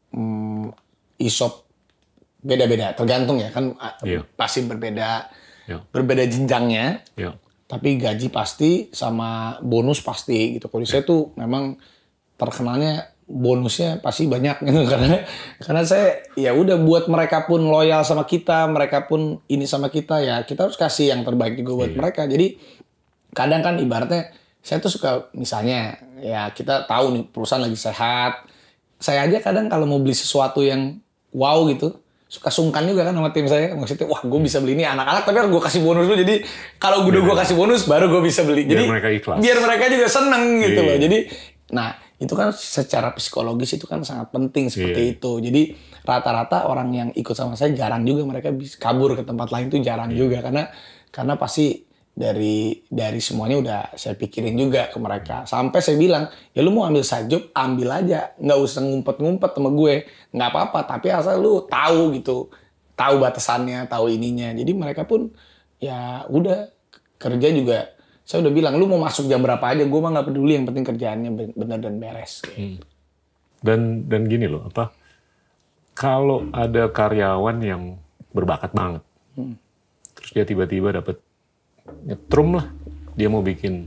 ESOP beda-beda, tergantung ya kan, pasti berbeda, berbeda jenjangnya. Tapi gaji pasti sama bonus pasti gitu. Kalau saya tuh memang terkenalnya bonusnya pasti banyak gitu, karena saya ya udah buat mereka pun loyal sama kita, mereka pun ini sama kita, ya kita harus kasih yang terbaik juga buat mereka. Jadi kadang kan ibaratnya saya tuh suka, misalnya ya kita tahu nih perusahaan lagi sehat, saya aja kadang kalau mau beli sesuatu yang wow gitu suka sungkan juga kan sama tim saya, maksudnya wah gue bisa beli ini anak-anak tapi harus gue kasih bonus dulu, jadi kalau gue kasih bonus baru gue bisa beli, jadi mereka ikhlas, biar mereka juga seneng gitu loh. Jadi nah itu kan secara psikologis itu kan sangat penting seperti itu. Jadi rata-rata orang yang ikut sama saya jarang juga mereka bisa kabur ke tempat lain, tuh jarang juga, karena pasti dari semuanya udah saya pikirin juga ke mereka. Sampai saya bilang, ya lu mau ambil side job, ambil aja, nggak usah ngumpet-ngumpet sama gue, nggak apa-apa. Tapi asal lu tahu gitu, tahu batasannya, tahu ininya. Jadi mereka pun ya udah kerja juga. Saya udah bilang, lu mau masuk jam berapa aja, gue mah nggak peduli, yang penting kerjaannya benar dan beres. Dan gini loh, kalau ada karyawan yang berbakat banget, terus dia tiba-tiba dapat nyetrum lah, dia mau bikin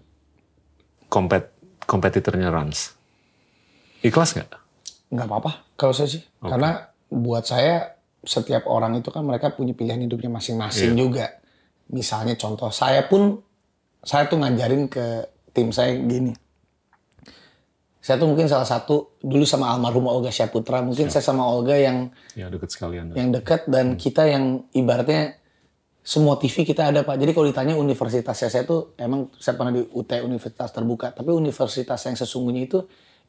kompetitornya Rans, ikhlas nggak? Nggak apa-apa kalau saya sih, karena buat saya setiap orang itu kan mereka punya pilihan hidupnya masing-masing juga. Misalnya contoh, saya tuh ngajarin ke tim saya gini. Saya tuh mungkin salah satu dulu sama almarhum Olga Syaputra. Mungkin saya sama Olga yang dekat sekalian. Yang dekat, dan kita yang ibaratnya semua TV kita ada, Pak. Jadi kalau ditanya universitasnya, saya tuh emang saya pernah di UT, Universitas Terbuka. Tapi universitas yang sesungguhnya itu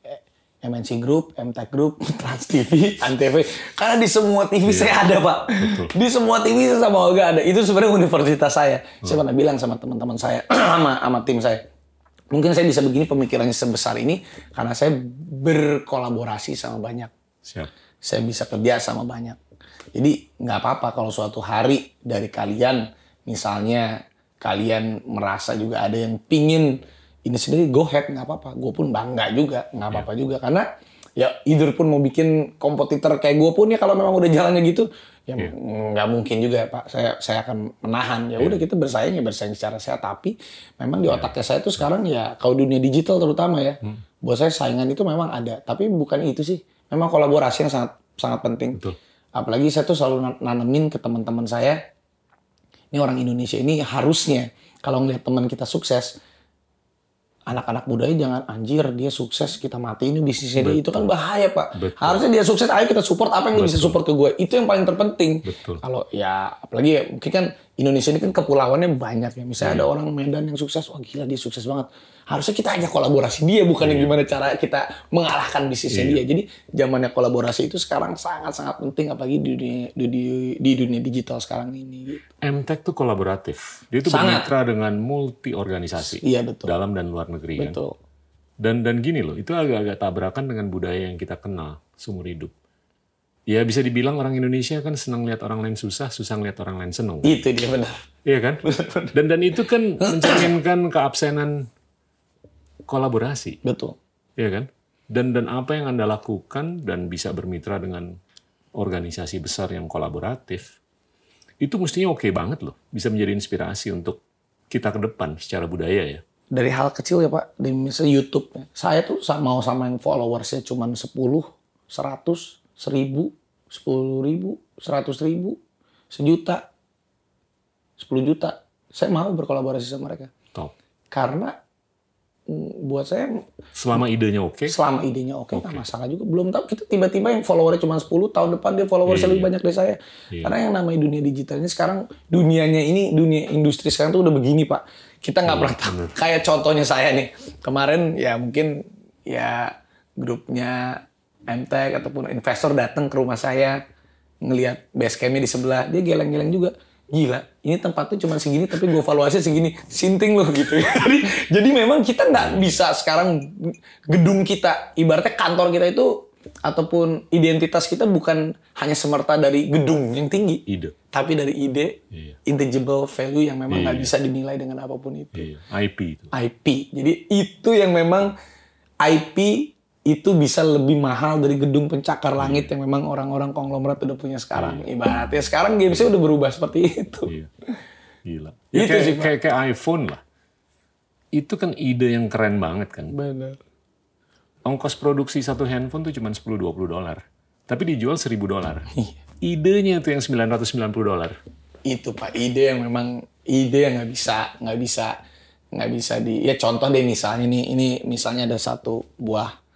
MNC Group, MTech Group, Trans TV, Antv. Karena di semua TV saya ada, Pak. Betul. Di semua TV sama Olga ada. Itu sebenarnya universitas saya. Saya pernah bilang sama teman-teman saya, sama tim saya. Mungkin saya bisa begini pemikirannya sebesar ini karena saya berkolaborasi sama banyak. Saya bisa kerja sama banyak. Jadi nggak apa-apa kalau suatu hari dari kalian, misalnya kalian merasa juga ada yang pingin ini sendiri, go ahead, nggak apa-apa. Gue pun bangga juga, nggak apa-apa juga. Karena ya either pun mau bikin kompetitor kayak gue pun ya kalau memang udah jalannya gitu, ya nggak mungkin juga, Pak. Saya akan menahan. Ya udah kita bersaing secara sehat. Tapi memang di otaknya saya tuh sekarang ya kalau dunia digital terutama ya, buat saya saingan itu memang ada. Tapi bukan itu sih. Memang kolaborasi yang sangat penting. Betul. Apalagi saya tuh selalu nanemin ke teman-teman saya, ini orang Indonesia ini harusnya kalau ngeliat teman kita sukses, anak-anak mudanya jangan anjir dia sukses kita mati ini bisnisnya dia, itu kan bahaya, Pak. Betul. Harusnya dia sukses, ayo kita support apa yang dia bisa support ke gue, itu yang paling terpenting. Kalau ya apalagi ya, mungkin kan Indonesia ini kan kepulauannya banyak ya, misalnya ada orang Medan yang sukses, wah gila dia sukses banget, harusnya kita ajak kolaborasi dia, bukan gimana cara kita mengalahkan bisnisnya dia. Jadi zamannya kolaborasi itu sekarang sangat-sangat penting, apalagi di dunia digital sekarang ini gitu. MTech tuh kolaboratif, dia tuh bermitra dengan multi organisasi, dalam dan luar negeri. Betul. Kan? Dan gini loh, itu agak-agak tabrakan dengan budaya yang kita kenal seumur hidup. Ya bisa dibilang orang Indonesia kan senang lihat orang lain susah, susah lihat orang lain senang. Itu dia benar. Iya kan? Dan itu kan mencerminkan keabsenan kolaborasi. Betul. Iya kan? Dan apa yang Anda lakukan dan bisa bermitra dengan organisasi besar yang kolaboratif, itu mestinya oke banget loh. Bisa menjadi inspirasi untuk kita ke depan secara budaya ya. Dari hal kecil ya Pak, di misalnya YouTube. Saya tuh mau sama yang followersnya cuma 10, 100, 1000, 10.000, 100.000, sejuta, 10 juta. Saya mau berkolaborasi sama mereka. Top. Karena buat saya Selama idenya oke. selama idenya oke, nggak masalah juga. Belum tahu kita tiba-tiba yang followernya cuma 10, tahun depan dia followersnya lebih banyak dari saya. Karena yang namanya dunia digital ini sekarang, dunianya ini, dunia industri sekarang tuh udah begini Pak. Kita nggak pernah tahu. Kayak contohnya saya nih, kemarin ya mungkin ya grupnya MTech ataupun investor datang ke rumah saya, ngelihat base campnya di sebelah, dia geleng-geleng juga. Gila, ini tempatnya cuma segini tapi gue valuasinya segini, sinting loh gitu. Jadi memang kita nggak bisa sekarang gedung kita, ibaratnya kantor kita itu ataupun identitas kita bukan hanya semerta dari gedung yang tinggi, tapi dari ide, intangible value yang memang nggak bisa dinilai dengan apapun itu. IP itu. IP, jadi itu yang memang IP itu bisa lebih mahal dari gedung pencakar langit yang memang orang-orang konglomerat udah punya sekarang. Ibaratnya sekarang gamesnya udah berubah seperti itu. Gila. Ya, Itu sih, Pak. kayak iPhone lah. Itu kan ide yang keren banget kan. Benar. Ongkos produksi satu handphone tuh cuma $10-20. Tapi dijual $1.000. Idenya tuh yang $990. Itu Pak, ide yang memang ide yang nggak bisa di. Ya contoh deh misalnya nih, ini misalnya ada satu buah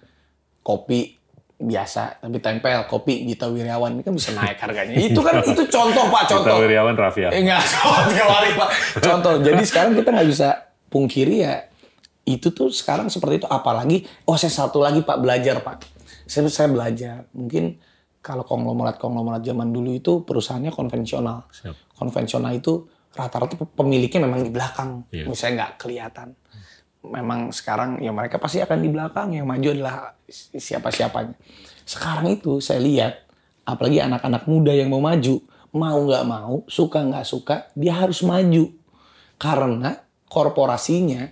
kopi biasa tapi tempel kopi Gita Wirjawan ini kan bisa naik harganya. Itu kan itu contoh Pak, contoh. Gita Wirjawan Raffi. Enggak, Pak. Contoh. Jadi sekarang kita nggak bisa pungkiri ya itu tuh sekarang seperti itu. Apalagi saya satu lagi Pak, belajar Pak. Saya belajar. Mungkin kalau konglomerat zaman dulu itu perusahaannya konvensional. Konvensional itu rata-rata pemiliknya memang di belakang. Misalnya nggak kelihatan. Memang sekarang ya mereka pasti akan di belakang, yang maju adalah siapa-siapanya. Sekarang itu saya lihat, apalagi anak-anak muda yang mau maju, mau nggak mau, suka nggak suka, dia harus maju. Karena korporasinya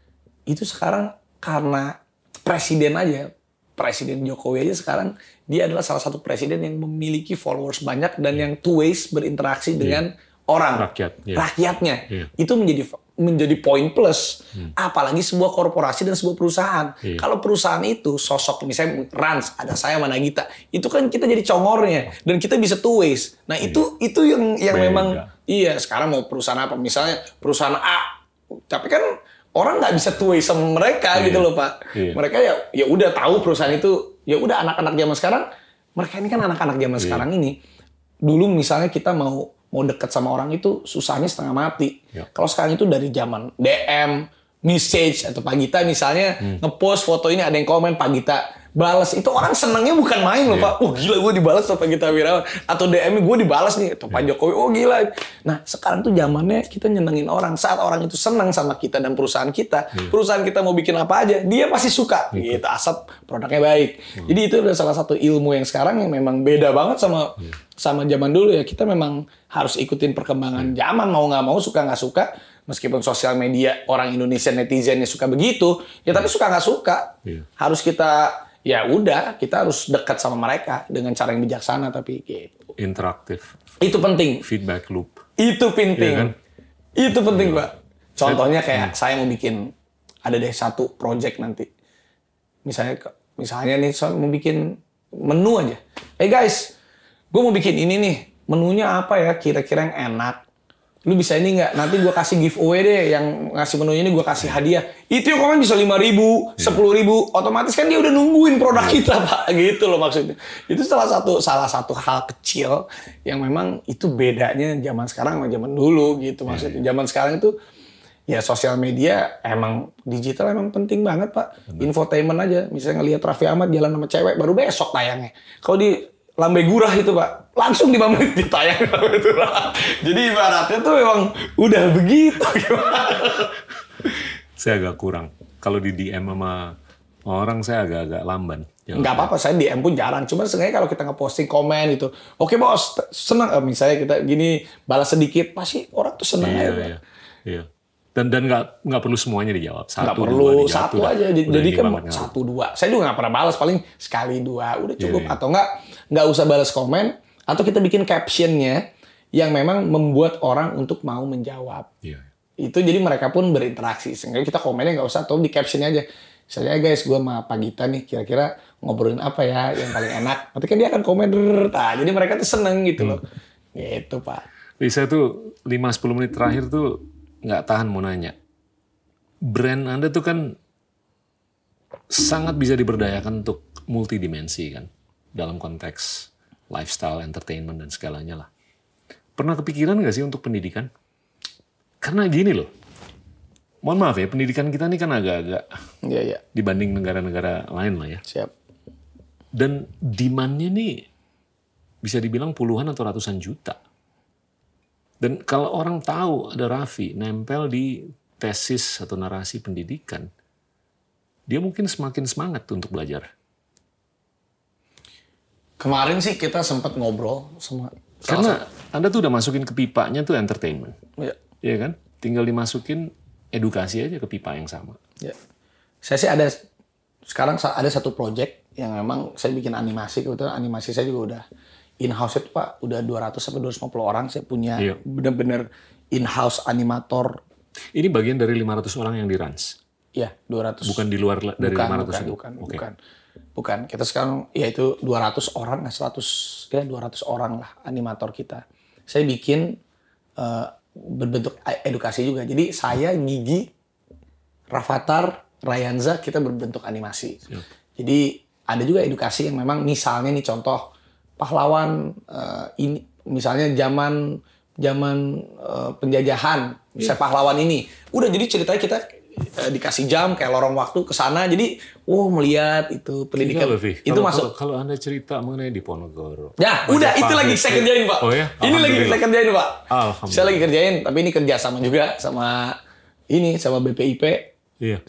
itu sekarang karena presiden aja, Presiden Jokowi aja sekarang, dia adalah salah satu presiden yang memiliki followers banyak dan yang two ways berinteraksi dengan orang, rakyatnya. Itu menjadi poin plus. Apalagi sebuah korporasi dan sebuah perusahaan. Kalau perusahaan itu sosok misalnya Rans, ada saya sama Nagita, itu kan kita jadi congornya dan kita bisa two ways. Nah, itu yang memang sekarang mau perusahaan apa? Misalnya perusahaan A. Tapi kan orang nggak bisa two ways sama mereka gitu loh, Pak. Mereka ya udah tahu perusahaan itu, ya udah anak-anak zaman sekarang, mereka ini kan anak-anak zaman sekarang ini. Dulu misalnya kita mau dekat sama orang itu susahnya setengah mati. Kalau sekarang itu dari zaman DM, message atau Pak Gita misalnya ngepost foto ini ada yang komen Pak Gita balas, itu orang senangnya bukan main loh Pak. Gila gue dibalas sama Pak Gita Wirjawan, atau DM gue dibalas nih atau Pak Jokowi. Gila. Nah sekarang tuh zamannya kita nyenengin orang. Saat orang itu senang sama kita dan perusahaan kita, perusahaan kita mau bikin apa aja dia pasti suka. Gitu, asal produknya baik. Jadi itu adalah salah satu ilmu yang sekarang yang memang beda banget sama zaman dulu ya. Kita memang harus ikutin perkembangan zaman, mau nggak mau, suka nggak suka. Meskipun sosial media orang Indonesia netizennya suka begitu, ya tapi suka nggak suka. Harus kita ya udah, kita harus dekat sama mereka dengan cara yang bijaksana tapi gitu. Interaktif. Itu penting. Feedback loop. Itu penting. Kan? Itu penting, Pak. Contohnya kayak saya mau bikin ada deh satu project nanti. Misalnya nih saya mau bikin menu aja. Guys, gue mau bikin ini nih. Menunya apa ya kira-kira yang enak? Lu bisa ini nggak? Nanti gue kasih giveaway deh, yang ngasih menunya ini gue kasih hadiah. Itu yang komen bisa 5.000, 10.000, otomatis kan dia udah nungguin produk kita Pak, gitu loh maksudnya. Itu salah satu hal kecil yang memang itu bedanya zaman sekarang sama zaman dulu gitu maksudnya. Zaman sekarang itu ya sosial media emang digital emang penting banget Pak. Infotainment aja, misalnya ngelihat Raffi Ahmad jalan sama cewek baru besok tayangnya. Kalau di Lambe Gurah itu Pak, langsung 5 menit ditayang. Jadi ibaratnya tuh memang udah begitu. Saya agak kurang. Kalau di DM sama orang saya agak lamban. Nggak apa-apa, saya DM pun jarang. Cuma sebenarnya kalau kita ngeposting komen itu, oke bos, senang. Misalnya kita gini, balas sedikit, pasti orang tuh senang aja. Iya. Dan nggak perlu semuanya dijawab. Nggak perlu, satu aja. Jadi kan 1-2. Saya juga nggak pernah balas, paling sekali 2 udah cukup. Atau nggak usah balas komen, atau kita bikin captionnya yang memang membuat orang untuk mau menjawab. Itu jadi mereka pun berinteraksi. Sehingga kita komennya nggak usah, atau di caption aja. Misalnya guys, gue sama Pak Gita nih, kira-kira ngobrolin apa ya yang paling enak. Nanti kan dia akan komen, jadi mereka tuh seneng gitu loh. Gitu Pak. Saya tuh 5-10 menit terakhir tuh nggak tahan mau nanya. Brand Anda tuh kan sangat bisa diberdayakan untuk multidimensi kan. Dalam konteks lifestyle, entertainment, dan segalanya lah. Pernah kepikiran nggak sih untuk pendidikan? Karena gini loh. Mohon maaf ya, pendidikan kita ini kan agak-agak Iya. dibanding negara-negara lain lah ya. Siap. Dan demand-nya nih bisa dibilang puluhan atau ratusan juta. Dan kalau orang tahu ada Raffi nempel di tesis atau narasi pendidikan, dia mungkin semakin semangat tuh untuk belajar. Kemarin sih kita sempat ngobrol sama Karena Anda tuh udah masukin ke pipanya tuh entertainment. Iya. Iya kan? Tinggal dimasukin edukasi aja ke pipa yang sama. Ya. Saya sih sekarang ada satu project yang memang saya bikin animasi. Kebetulan animasi saya juga udah in-house itu Pak. Udah 200 sampai 250 orang. Saya punya benar-benar in-house animator. Ini bagian dari 500 orang yang di-runs? Iya, 200. Bukan di luar dari 500 itu? Bukan. Kita sekarang ya itu 200 orang, 200 orang lah animator kita. Saya bikin berbentuk edukasi juga. Jadi saya, Gigi, Rafathar, Rayanza, kita berbentuk animasi. Jadi ada juga edukasi yang memang misalnya nih contoh pahlawan ini misalnya zaman penjajahan, misalnya pahlawan ini. Udah jadi ceritanya kita dikasih jam kayak lorong waktu ke sana. Jadi melihat itu pendidikan itu masuk. Kalau Anda cerita mengenai Diponegoro. Ya, udah itu lagi saya kerjain, Pak. Oh ya? Ini lagi saya kerjain, Pak. Alhamdulillah. Saya lagi kerjain, tapi ini kerja sama juga sama BPIP. Iya.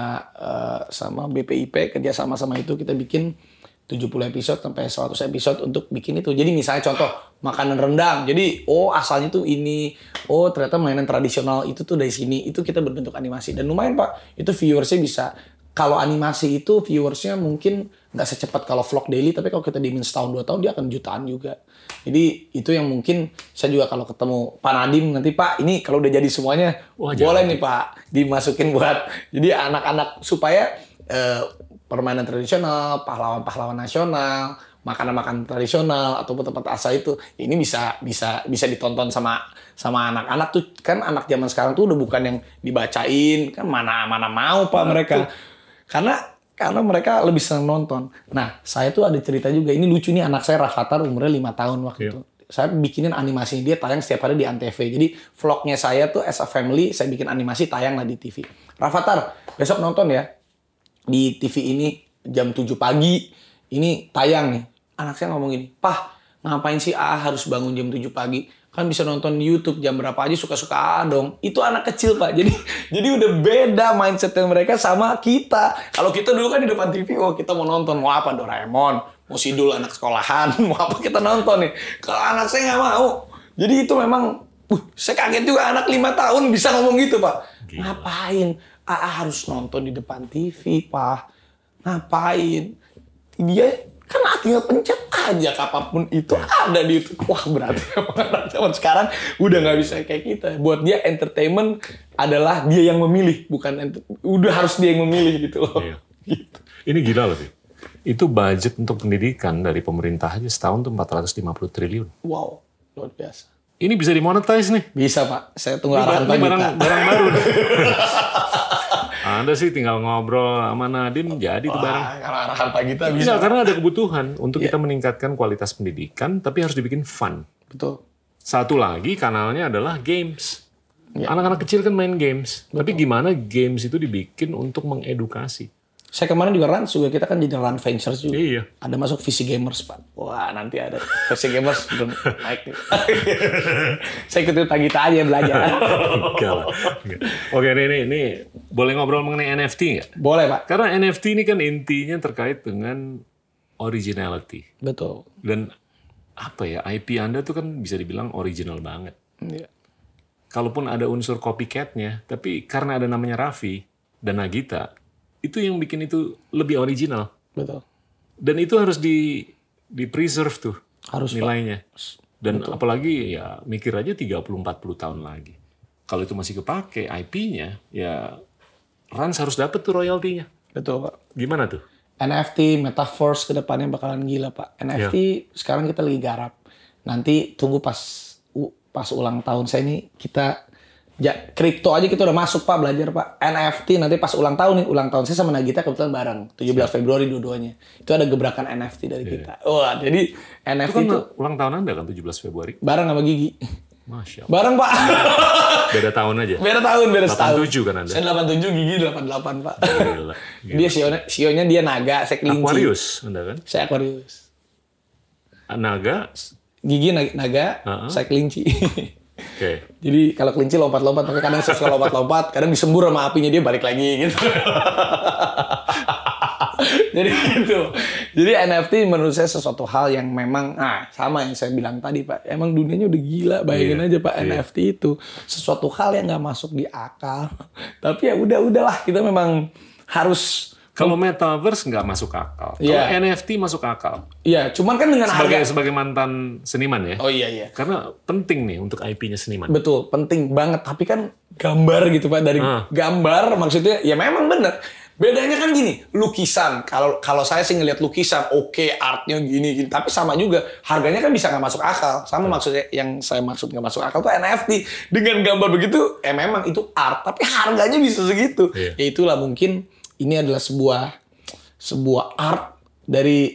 Sama BPIP kerja sama itu kita bikin 70 episode sampai 100 episode untuk bikin itu. Jadi misalnya contoh makanan rendang. Jadi asalnya tuh ini. Ternyata mainan tradisional itu tuh dari sini. Itu kita berbentuk animasi dan lumayan Pak. Itu viewersnya bisa. Kalau animasi itu viewersnya mungkin nggak secepat kalau vlog daily. Tapi kalau kita diemin setahun 2 tahun dia akan jutaan juga. Jadi itu yang mungkin saya juga kalau ketemu Pak Nadiem nanti Pak ini kalau udah jadi semuanya boleh nih Pak dimasukin buat jadi anak-anak supaya permainan tradisional, pahlawan-pahlawan nasional, makanan-makanan tradisional ataupun tempat asal itu ini bisa ditonton sama anak-anak tuh kan anak zaman sekarang tuh udah bukan yang dibacain kan mana mau Pak mereka karena mereka lebih senang nonton. Nah saya tuh ada cerita juga ini lucu nih anak saya Rafathar umurnya 5 tahun waktu itu. Saya bikinin animasi dia tayang setiap hari di Antv. Jadi vlognya saya tuh as a family saya bikin animasi tayang lah di TV. Rafathar besok nonton ya. Di TV ini jam 7 pagi ini tayang nih. Anak saya ngomong gini, "Pah, ngapain sih harus bangun jam 7 pagi? Kan bisa nonton di YouTube jam berapa aja suka-suka dong." Itu anak kecil, Pak. Jadi udah beda mindsetnya mereka sama kita. Kalau kita dulu kan di depan TV, kita mau nonton mau apa Doraemon, mau Sidul anak sekolahan, mau apa kita nonton nih. Kalau anak saya nggak mau. Jadi itu memang saya kaget juga anak 5 tahun bisa ngomong gitu, Pak. Gila. Ngapain? Harus nonton di depan TV, Pak. Ngapain? Dia kan tinggal pencet aja apapun itu ada di YouTube. Wah berarti anak zaman sekarang udah nggak bisa kayak kita. Buat dia entertainment adalah dia yang memilih, udah harus dia yang memilih gitu loh. Iya. Gitu. Ini gila loh, Bi. Itu budget untuk pendidikan dari pemerintah aja setahun tuh 450 triliun. Wow, luar biasa. Ini bisa dimonetize nih. Bisa Pak, saya tunggu arahan Pak Gita. Barang baru. Anda sih tinggal ngobrol sama Nadiem jadi tuh barang. Arahan Pak Gita bisa. Karena ada kebutuhan untuk kita meningkatkan kualitas pendidikan, tapi harus dibikin fun. Betul. Satu lagi kanalnya adalah games. Anak-anak kecil kan main games. Betul. Tapi gimana games itu dibikin untuk mengedukasi? Saya kemarin juga run kita kan jadi run Ventures juga. Iya. Ada masuk VC Gamers, Pak. Wah, nanti ada VC Gamers belum naik nih. Saya ikutin Pak Gita aja belajar. Enggak lah. Oke, ini boleh ngobrol mengenai NFT nggak? Boleh, Pak. Karena NFT ini kan intinya terkait dengan originality. Betul. Dan apa ya, IP Anda tuh kan bisa dibilang original banget. Iya. Kalaupun ada unsur copycat-nya, tapi karena ada namanya Raffi dan Nagita, itu yang bikin itu lebih original. Betul. Dan itu harus di-preserve tuh harus, nilainya. Pak. Dan betul. Apalagi ya mikir aja 30-40 tahun lagi. kalau itu masih kepake IP-nya, ya Rans harus dapat tuh royaltinya. Betul, Pak. Gimana tuh? NFT, Metaverse ke depannya bakalan gila, Pak. NFT sekarang kita lagi garap. Nanti tunggu pas ulang tahun saya nih, kita kripto aja kita udah masuk, Pak, belajar, Pak. NFT nanti pas ulang tahun nih, ulang tahun saya sama Nagita kebetulan bareng, 17 Februari dua-duanya. Itu ada gebrakan NFT dari kita. Wah, jadi NFT Itu kan itu ulang tahun Anda kan 17 Februari? bareng sama Gigi. Masya Allah. Bareng, Pak. Beda tahun aja? Beda setahun. 87 kan Anda? Saya 87, Gigi 88, Pak. Gila. Dia sionya dia naga, saya kelinci. Aquarius Anda kan? Saya Aquarius. Naga? Gigi naga, saya kelinci. Oke. Jadi kalau kelinci lompat-lompat, tapi kadang suka lompat-lompat, kadang disembur sama apinya dia balik lagi gitu. Jadi gitu. Jadi NFT menurut saya sesuatu hal yang memang, sama yang saya bilang tadi, Pak. Emang dunianya udah gila, bayangin aja, Pak. NFT itu sesuatu hal yang nggak masuk di akal. Tapi ya udahlah, kita memang harus. Kalau metaverse nggak masuk akal. Kalau NFT masuk akal. Iya, cuman kan dengan harga. Sebagai mantan seniman ya. Oh iya. Karena penting nih untuk IP-nya seniman. Betul, penting banget. Tapi kan gambar gitu, Pak, dari gambar maksudnya ya memang bener. Bedanya kan gini, lukisan. Kalau saya sih ngelihat lukisan, oke, artnya gini. Tapi sama juga, harganya kan bisa nggak masuk akal. Sama maksudnya yang saya maksud nggak masuk akal tuh NFT. Dengan gambar begitu, memang itu art. Tapi harganya bisa segitu. Ya itulah mungkin ini adalah sebuah art dari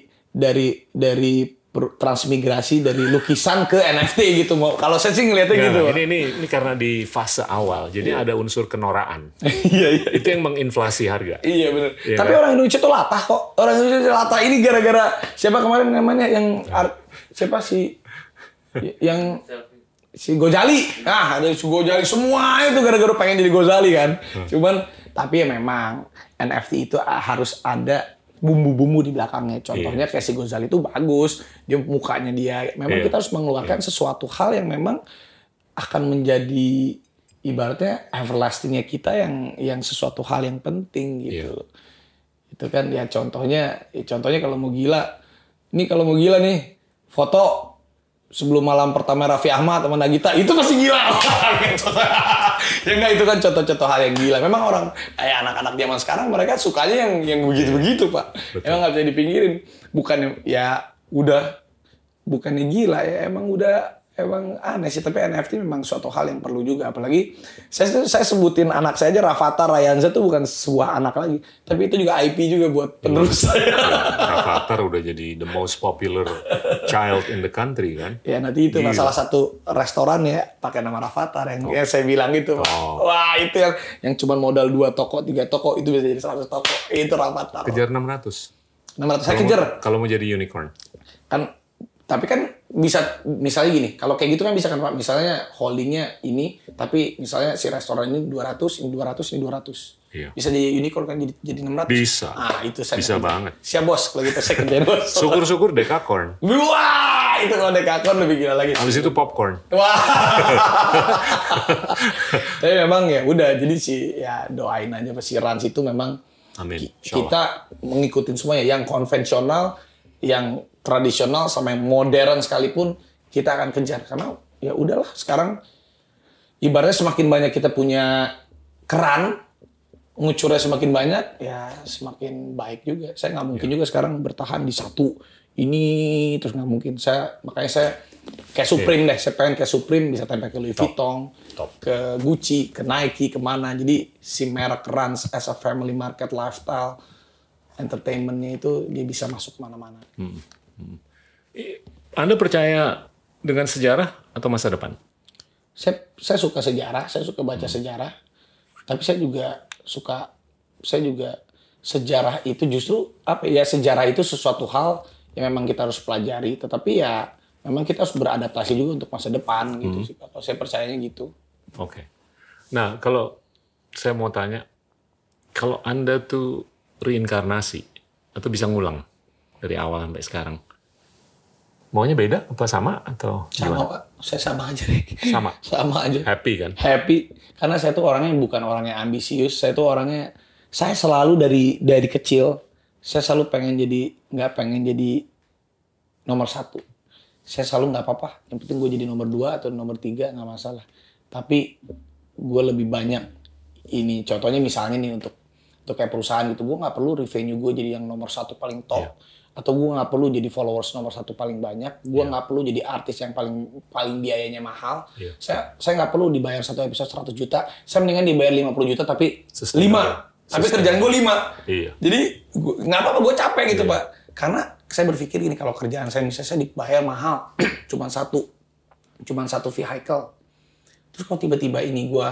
transmigrasi dari lukisan ke NFT gitu. Kalau saya sih ngelihatnya gitu. Ini karena di fase awal, jadi ada unsur kenoraan. Iya. Itu yang menginflasi harga. Iya benar. Ya, tapi orang Indonesia tuh latah kok. Orang Indonesia latah ini gara-gara siapa kemarin namanya yang siapa sih yang si Gojali. Ada si Gojali, semua itu gara-gara pengen jadi Gojali kan. Cuman tapi ya memang NFT itu harus ada bumbu-bumbu di belakangnya. Contohnya kayak si Gozali itu bagus, dia mukanya dia. Memang kita harus mengeluarkan sesuatu hal yang memang akan menjadi ibaratnya everlastingnya kita yang sesuatu hal yang penting gitu. Itu kan ya contohnya kalau mau gila. Ini kalau mau gila nih, foto sebelum malam pertama Raffi Ahmad sama Nagita itu pasti gila. Ya enggak, itu kan contoh-contoh hal yang gila. Memang orang kayak anak-anak zaman sekarang mereka sukanya yang begitu-begitu, Pak. Betul. Emang nggak bisa dipinggirin. Bukannya gila ya, emang aneh sih. Tapi NFT memang suatu hal yang perlu juga. Apalagi saya sebutin anak saya aja, Rafathar Rayanza itu bukan sebuah anak lagi, tapi itu juga IP juga buat penerus saya. Rafathar udah jadi the most popular child in the country kan. Ya nanti itu salah satu restoran ya pakai nama Rafathar yang saya bilang gitu. Wah itu yang cuma modal 2 toko 3 toko itu bisa jadi 100 toko. Itu Rafathar. Kejar 600. Saya kejar. Kalau mau jadi unicorn. Tapi kan bisa misalnya gini, kalau kayak gitu kan bisa kan Pak, misalnya holdingnya ini, tapi misalnya si restoran ini 200, ini 200, ini 200. Iya. Bisa jadi unicorn kan, jadi 600? Bisa. Itu saya bisa banget. Siap bos, kalau gitu saya kerjain bos. Syukur-syukur Dekakorn. Wah, itu kalau Dekakorn lebih gila lagi. Habis itu popcorn. Wah. Tapi memang ya udah, jadi doain aja si Rans itu memang. Amin. Kita ngikutin semuanya, yang konvensional, yang tradisional sama yang modern sekalipun kita akan kejar, karena ya udahlah sekarang ibaratnya semakin banyak kita punya keran, ngucurnya semakin banyak ya semakin baik juga. Saya nggak mungkin juga sekarang bertahan di satu ini terus, nggak mungkin. Makanya saya kayak Supreme deh, saya pengen kayak Supreme bisa tempel ke Louis Vuitton, ke Gucci, ke Nike, kemana. Jadi si merek Rans as a family market lifestyle entertainment-nya itu dia bisa masuk kemana-mana. Anda percaya dengan sejarah atau masa depan? Saya suka sejarah, saya suka baca sejarah. Tapi saya juga sejarah itu justru sejarah itu sesuatu hal yang memang kita harus pelajari, tetapi ya memang kita harus beradaptasi juga untuk masa depan gitu sih. Kalau saya percayanya gitu. Oke. Nah, kalau saya mau tanya, kalau Anda tuh reinkarnasi atau bisa ngulang dari awal sampai sekarang, maunya beda apa sama atau sama Pak? Saya sama aja deh. Sama aja. Happy kan? Happy karena saya tuh orangnya bukan orangnya ambisius. Saya selalu dari kecil saya selalu nggak pengen jadi nomor 1. Saya selalu nggak apa-apa. Yang penting gue jadi nomor 2 atau nomor 3 nggak masalah. Tapi gue lebih banyak ini. Contohnya misalnya nih untuk kayak perusahaan gitu, gue nggak perlu revenue gue jadi yang nomor 1 paling top. Atau gue nggak perlu jadi followers nomor 1 paling banyak. Gue nggak perlu jadi artis yang paling biayanya mahal. Saya nggak perlu dibayar 1 episode 100 juta. Saya mendingan dibayar 50 juta tapi 5. Tapi kerjaan gue 5. Jadi nggak apa-apa gue capek gitu Pak. Karena saya berpikir gini, kalau kerjaan saya misalnya saya dibayar mahal, cuman satu vehicle. Terus kalau tiba-tiba ini gue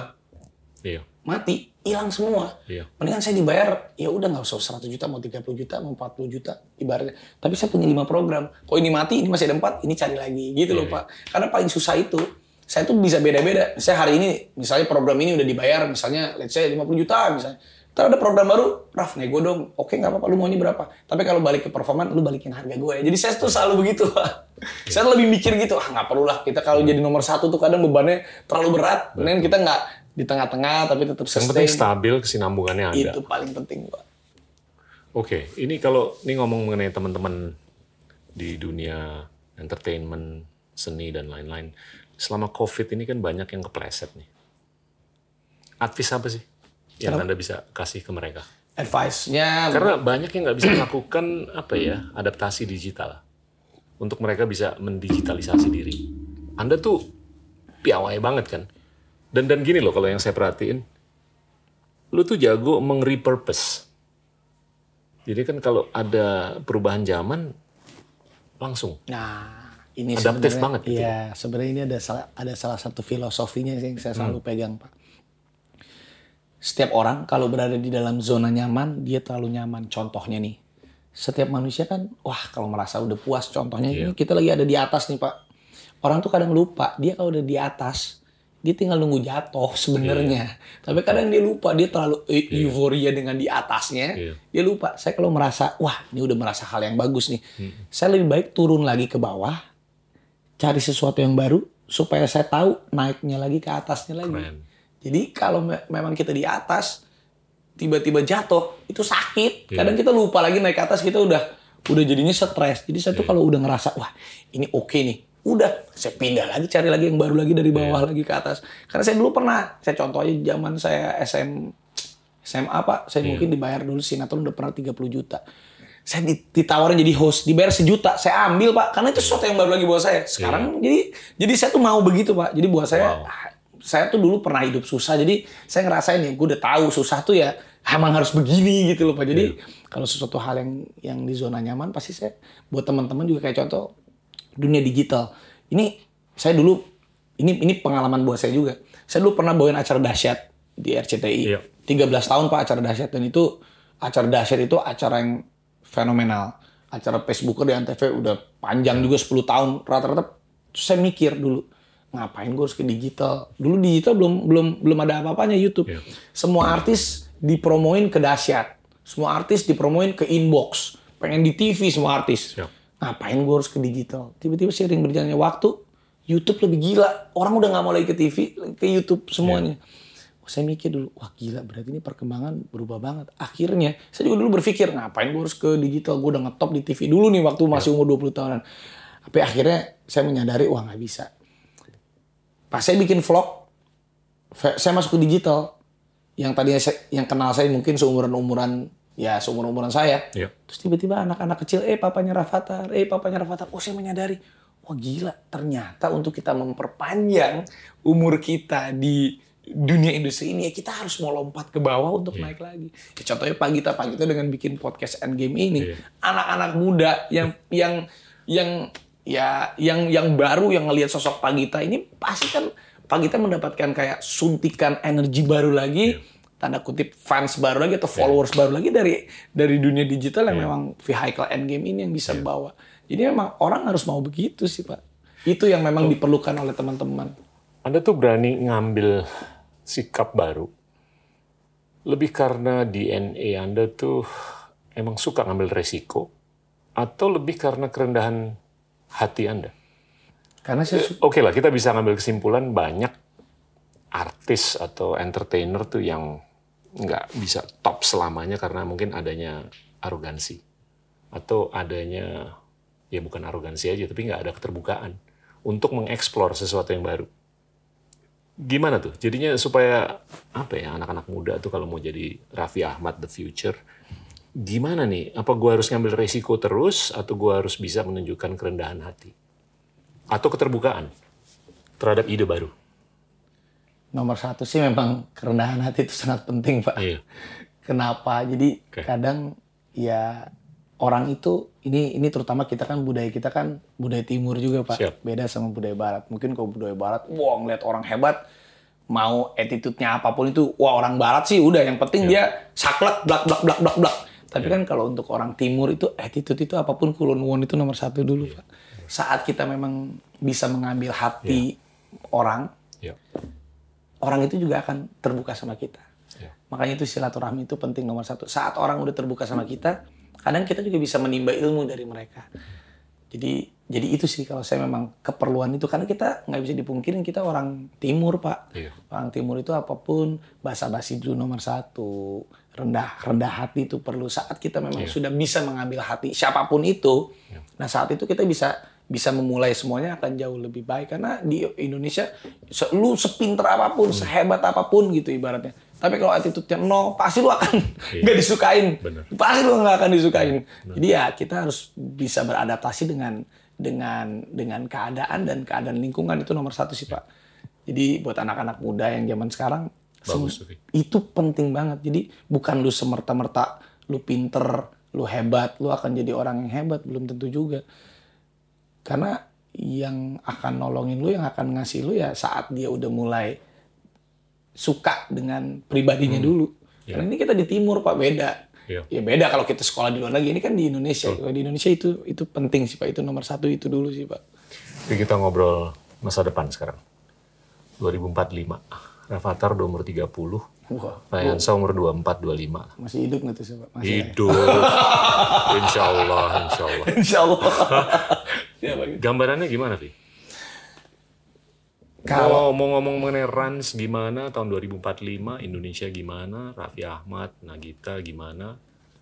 mati, hilang semua. Mendingan saya dibayar, ya udah nggak usah 100 juta, mau 30 juta, mau 40 juta ibaratnya. Tapi saya punya 5 program. Kalau ini mati, ini masih ada 4, ini cari lagi gitu loh Pak. Karena paling susah itu, saya tuh bisa beda-beda. Saya hari ini, misalnya program ini udah dibayar, misalnya let's say 50 juta misalnya. Ntar ada program baru, Raf, nego dong. Oke, nggak apa-apa, lu maunya berapa? Tapi kalau balik ke performan, lu balikin harga gue. Jadi saya tuh selalu begitu, Pak. Saya lebih mikir gitu, nggak perlu lah. Kita kalau jadi nomor 1 tuh kadang bebannya terlalu berat. Kemudian kita nggak di tengah-tengah, tapi tetap sustain. Yang penting stabil, kesinambungannya ada. Itu paling penting, Pak. Oke, ini kalau ini ngomong mengenai teman-teman di dunia entertainment, seni, dan lain-lain. Selama COVID ini kan banyak yang kepleset nih. Advice apa sih yang Anda bisa kasih ke mereka? Advice-nya... Karena banyak yang nggak bisa melakukan adaptasi digital. Untuk mereka bisa mendigitalisasi diri. Anda tuh piawai banget kan? Dan gini loh kalau yang saya perhatiin, lu tuh jago meng-repurpose. Jadi kan kalau ada perubahan zaman, langsung. Nah, ini adaptif banget gitu. Iya, sebenarnya ini ada salah satu filosofinya yang saya selalu pegang, Pak. Setiap orang kalau berada di dalam zona nyaman, dia terlalu nyaman. Contohnya nih, setiap manusia kan, kalau merasa udah puas, contohnya ini kita lagi ada di atas nih Pak. Orang tuh kadang lupa, dia kalau udah di atas, dia tinggal nunggu jatuh sebenarnya. Tapi kadang dia lupa, dia terlalu euforia dengan di atasnya. Dia lupa. Saya kalau merasa, ini udah merasa hal yang bagus nih. Saya lebih baik turun lagi ke bawah, cari sesuatu yang baru, supaya saya tahu naiknya lagi ke atasnya lagi. Keren. Jadi kalau memang kita di atas, tiba-tiba jatuh, itu sakit. Kadang kita lupa lagi naik ke atas, kita udah jadinya stres. Jadi saya tuh kalau udah ngerasa, ini oke nih. Udah, saya pindah lagi, cari lagi yang baru lagi dari bawah lagi ke atas. Karena saya dulu pernah, saya contoh aja zaman saya SMA Pak, saya mungkin dibayar dulu sinetron udah pernah 30 juta. Saya ditawarin jadi host, dibayar 1 juta, saya ambil Pak. Karena itu sesuatu yang baru lagi buat saya. Sekarang jadi saya tuh mau begitu Pak. Jadi buat saya tuh dulu pernah hidup susah, jadi saya ngerasain gue udah tahu susah tuh ya emang harus begini gitu loh Pak. Jadi kalau sesuatu hal yang di zona nyaman, pasti saya buat teman-teman juga kayak contoh dunia digital. Ini saya dulu, ini pengalaman buat saya juga. Saya dulu pernah bawain acara dahsyat di RCTI. 13 tahun Pak acara dahsyat, dan itu acara dahsyat itu acara yang fenomenal. Acara Facebooker di Antv udah panjang juga 10 tahun rata-rata. Saya mikir dulu, ngapain gue harus ke digital? Dulu digital belum ada apa-apanya YouTube. Semua artis dipromoin ke dahsyat. Semua artis dipromoin ke inbox. Pengen di TV semua artis. Ngapain gue harus ke digital? Tiba-tiba seiring berjalannya waktu, YouTube lebih gila. Orang udah gak mau lagi ke TV, ke YouTube semuanya. Saya mikir dulu, gila berarti ini perkembangan berubah banget. Akhirnya, saya juga dulu berpikir, ngapain gue harus ke digital? Gue udah ngetop di TV dulu nih waktu masih umur 20 tahunan. Tapi akhirnya saya menyadari, gak bisa. Pas saya bikin vlog, saya masuk ke digital. Yang tadinya yang kenal saya mungkin seumuran saya. Terus tiba-tiba anak-anak kecil, papanya Rafathar. Saya menyadari, gila, ternyata untuk kita memperpanjang umur kita di dunia industri ini, ya kita harus mau lompat ke bawah untuk naik lagi. Ya, contohnya Pak Gita dengan bikin podcast Endgame ini, anak-anak muda yang baru yang ngelihat sosok Pak Gita ini, pasti kan Pak Gita mendapatkan kayak suntikan energi baru lagi, tanda kutip fans baru lagi atau followers baru lagi dari dunia digital yang memang vehicle Endgame ini yang bisa bawa. Jadi memang orang harus mau begitu sih Pak. Itu yang memang diperlukan oleh teman-teman. Anda tuh berani ngambil sikap baru lebih karena DNA Anda tuh emang suka ngambil resiko, atau lebih karena kerendahan hati Anda? Karena saya Oke lah, kita bisa ngambil kesimpulan banyak artis atau entertainer tuh yang nggak bisa top selamanya karena mungkin adanya arogansi. Atau adanya, ya bukan arogansi aja, tapi nggak ada keterbukaan untuk mengeksplor sesuatu yang baru. Gimana tuh? Jadinya supaya apa ya, anak-anak muda tuh kalau mau jadi Raffi Ahmad the future, gimana nih? Apa gue harus ngambil resiko terus atau gue harus bisa menunjukkan kerendahan hati atau keterbukaan terhadap ide baru? Nomor satu sih memang kerendahan hati itu sangat penting, Pak. Iya. Kenapa? Jadi kadang ya orang itu ini terutama kita kan budaya timur juga, Pak. Siap. Beda sama budaya barat. Mungkin kalau budaya barat, wah ngeliat orang hebat, mau attitude-nya apapun itu, wah orang barat sih udah yang penting dia saklek blak blak blak blak blak. Tapi kan kalau untuk orang timur itu attitude itu apapun kulon won itu nomor satu dulu, Pak. Saat kita memang bisa mengambil hati orang, orang itu juga akan terbuka sama kita. Makanya itu silaturahmi itu penting nomor satu. Saat orang udah terbuka sama kita, kadang kita juga bisa menimba ilmu dari mereka. Jadi itu sih kalau saya memang keperluan itu. Karena kita nggak bisa dipungkirin kita orang timur, Pak. Orang timur itu apapun, basa-basi dulu nomor satu. Rendah hati itu perlu. Saat kita memang sudah bisa mengambil hati siapapun itu, nah saat itu kita bisa memulai semuanya akan jauh lebih baik. Karena di Indonesia, lu sepinter apapun, sehebat apapun gitu ibaratnya. Tapi kalau attitude-nya nol, pasti lu akan nggak disukain. Bener. Pasti lu nggak akan disukain. Jadi ya kita harus bisa beradaptasi dengan keadaan dan keadaan lingkungan itu nomor satu sih, Pak. Jadi buat anak-anak muda yang zaman sekarang, itu penting banget. Jadi bukan lu semerta-merta, lu pinter, lu hebat, lu akan jadi orang yang hebat. Belum tentu juga. Karena yang akan nolongin lu, yang akan ngasih lu ya saat dia udah mulai suka dengan pribadinya dulu. Karena ini kita di timur, Pak, beda. Ya beda kalau kita sekolah di luar negeri. Ini kan di Indonesia. Di Indonesia itu penting sih, Pak. Itu nomor satu itu dulu sih, Pak. Jadi kita ngobrol masa depan sekarang. 2045. Rafathar udah umur 30. Fayansa umur 24-25. Masih hidup nggak tuh, Pak? Masih hidup. Insya Allah. Insya Allah. Gambarannya gimana, Vi? Kalau mau ngomong mengenai Rans gimana tahun 2045, Indonesia gimana, Raffi Ahmad, Nagita gimana?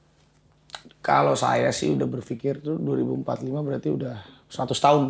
Kalau saya sih udah berpikir tuh 2045 berarti udah 100 tahun.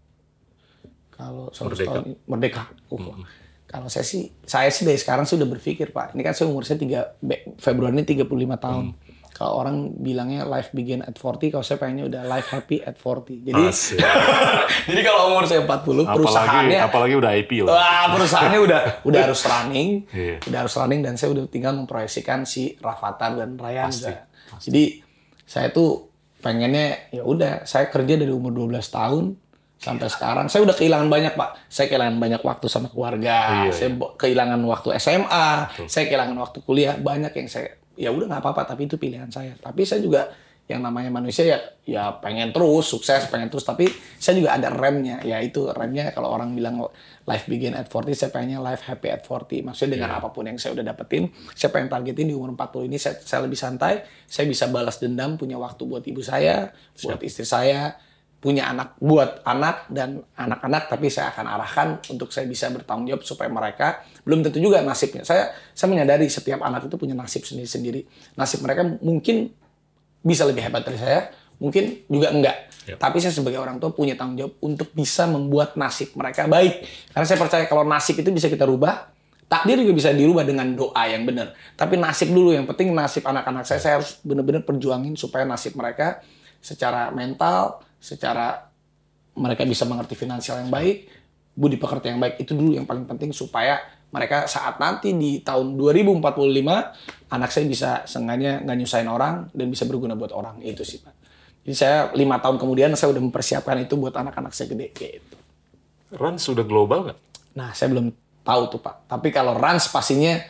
Kalau 100 tahun merdeka. Kalau saya sih dari sekarang sih udah berpikir, Pak. Ini kan saya umur saya Februari ini 35 tahun. Kalau orang bilangnya life begin at 40, kalau saya pengennya udah life happy at 40. Jadi jadi kalau umur saya 40, perusahaannya apalagi udah IPO. Wah, perusahaannya udah harus running. Udah harus running dan saya udah tinggal memproyeksikan si Rafathar dan Ryan. Jadi saya tuh pengennya ya udah saya kerja dari umur 12 tahun sampai sekarang. Saya udah kehilangan banyak, Pak. Saya kehilangan banyak waktu sama keluarga. Saya kehilangan waktu SMA. Saya kehilangan waktu kuliah. Banyak yang saya ya udah nggak apa-apa, tapi itu pilihan saya. Tapi saya juga yang namanya manusia ya pengen terus sukses, pengen terus, tapi saya juga ada remnya. Ya itu remnya kalau orang bilang life begin at 40, saya pengennya life happy at 40. Maksudnya dengan apapun yang saya udah dapetin, saya pengen targetin di umur 40 ini saya lebih santai, saya bisa balas dendam, punya waktu buat ibu saya, buat istri saya, punya anak, buat anak dan anak-anak, tapi saya akan arahkan untuk saya bisa bertanggung jawab supaya mereka, belum tentu juga nasibnya. Saya menyadari setiap anak itu punya nasib sendiri-sendiri. Nasib mereka mungkin bisa lebih hebat dari saya, mungkin juga enggak. Tapi saya sebagai orang tua punya tanggung jawab untuk bisa membuat nasib mereka baik. Karena saya percaya kalau nasib itu bisa kita rubah, takdir juga bisa dirubah dengan doa yang benar. Tapi nasib dulu, yang penting nasib anak-anak saya harus benar-benar perjuangin supaya nasib mereka secara mental, secara mereka bisa mengerti finansial yang baik, budi pekerti yang baik, itu dulu yang paling penting supaya mereka saat nanti di tahun 2045 anak saya bisa seenggaknya nggak nyusahin orang dan bisa berguna buat orang. Itu sih, Pak. Jadi saya 5 tahun kemudian saya udah mempersiapkan itu buat anak-anak saya gede gitu. Rans sudah global nggak? Nah, saya belum tahu tuh, Pak. Tapi kalau Rans pastinya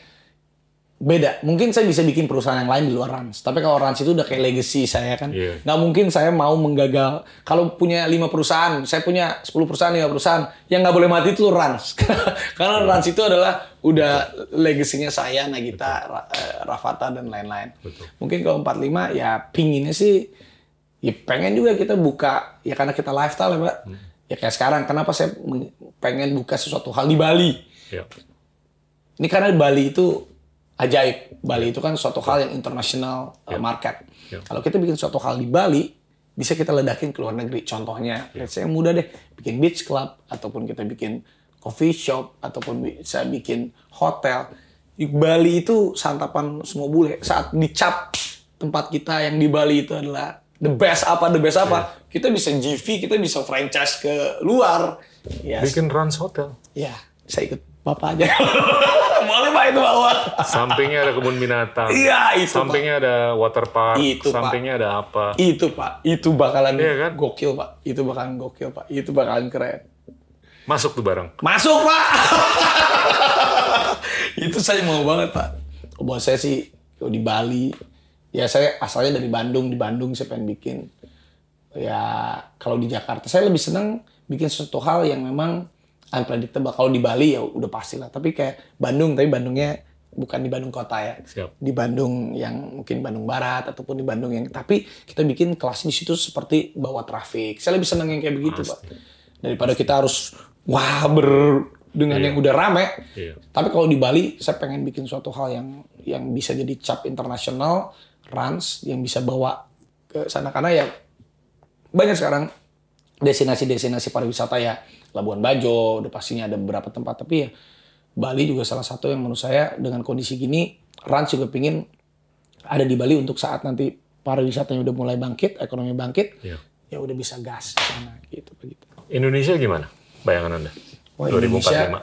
beda. Mungkin saya bisa bikin perusahaan yang lain di luar Rans. Tapi kalau Rans itu udah kayak legacy saya kan. Nggak mungkin saya mau menggagal. Kalau punya 5 perusahaan, saya punya 10 perusahaan, 5 perusahaan. Yang nggak boleh mati itu Rans. Karena Rans itu adalah udah legasinya saya, Nagita, Rafathar, dan lain-lain. Mungkin kalau 45 ya pinginnya sih, ya pengen juga kita buka, ya karena kita lifestyle ya, Pak. Ya kayak sekarang, kenapa saya pengen buka sesuatu hal di Bali. Ini karena Bali itu ajaib. Bali itu kan suatu hal yang international market. Kalau kita bikin suatu hal di Bali, bisa kita ledakin ke luar negeri. Contohnya, saya mudah deh, bikin beach club, ataupun kita bikin coffee shop ataupun bisa bikin hotel. Di Bali itu santapan semua bule. Saat dicap tempat kita yang di Bali itu adalah the best apa, kita bisa GV, kita bisa franchise ke luar. Ya, Bikin Rans Hotel. ya saya ikut Bapak aja. Boleh Pak itu Pak. Sampingnya ada kebun binatang. Iya, itu Sampingnya ada water park. Itu, Pak. Sampingnya ada apa? Itu Pak, itu bakalan Iya kan? gokil Pak. Itu bakalan gokil Pak. Itu bakalan keren. Masuk tuh bareng. Masuk Pak. Itu saya mau banget Pak. Buat saya sih kalau di Bali, ya saya asalnya dari Bandung. Di Bandung saya pengen bikin. Ya kalau di Jakarta saya lebih senang bikin sesuatu hal yang memang unpredictable. Kalau di Bali ya udah pasti lah. Tapi kayak Bandung, tapi Bandungnya bukan di Bandung kota ya. Siap. Di Bandung yang mungkin Bandung Barat ataupun di Bandung yang, tapi kita bikin kelas di situ seperti bawa trafik. Saya lebih senang yang kayak begitu Pak. Daripada kita harus dengan yang udah rame. Iya. Tapi kalau di Bali saya pengen bikin suatu hal yang bisa jadi cap internasional, Rans yang bisa bawa ke sana, karena ya banyak sekarang destinasi-destinasi pariwisata ya, Labuan Bajo, udah pastinya ada beberapa tempat, tapi ya Bali juga salah satu yang menurut saya dengan kondisi gini, Rans juga pingin ada di Bali untuk saat nanti pariwisatanya udah mulai bangkit, ekonomi bangkit, ya udah bisa gas ke sana gitu begitu. Indonesia gimana bayangan Anda? Wah, 2045.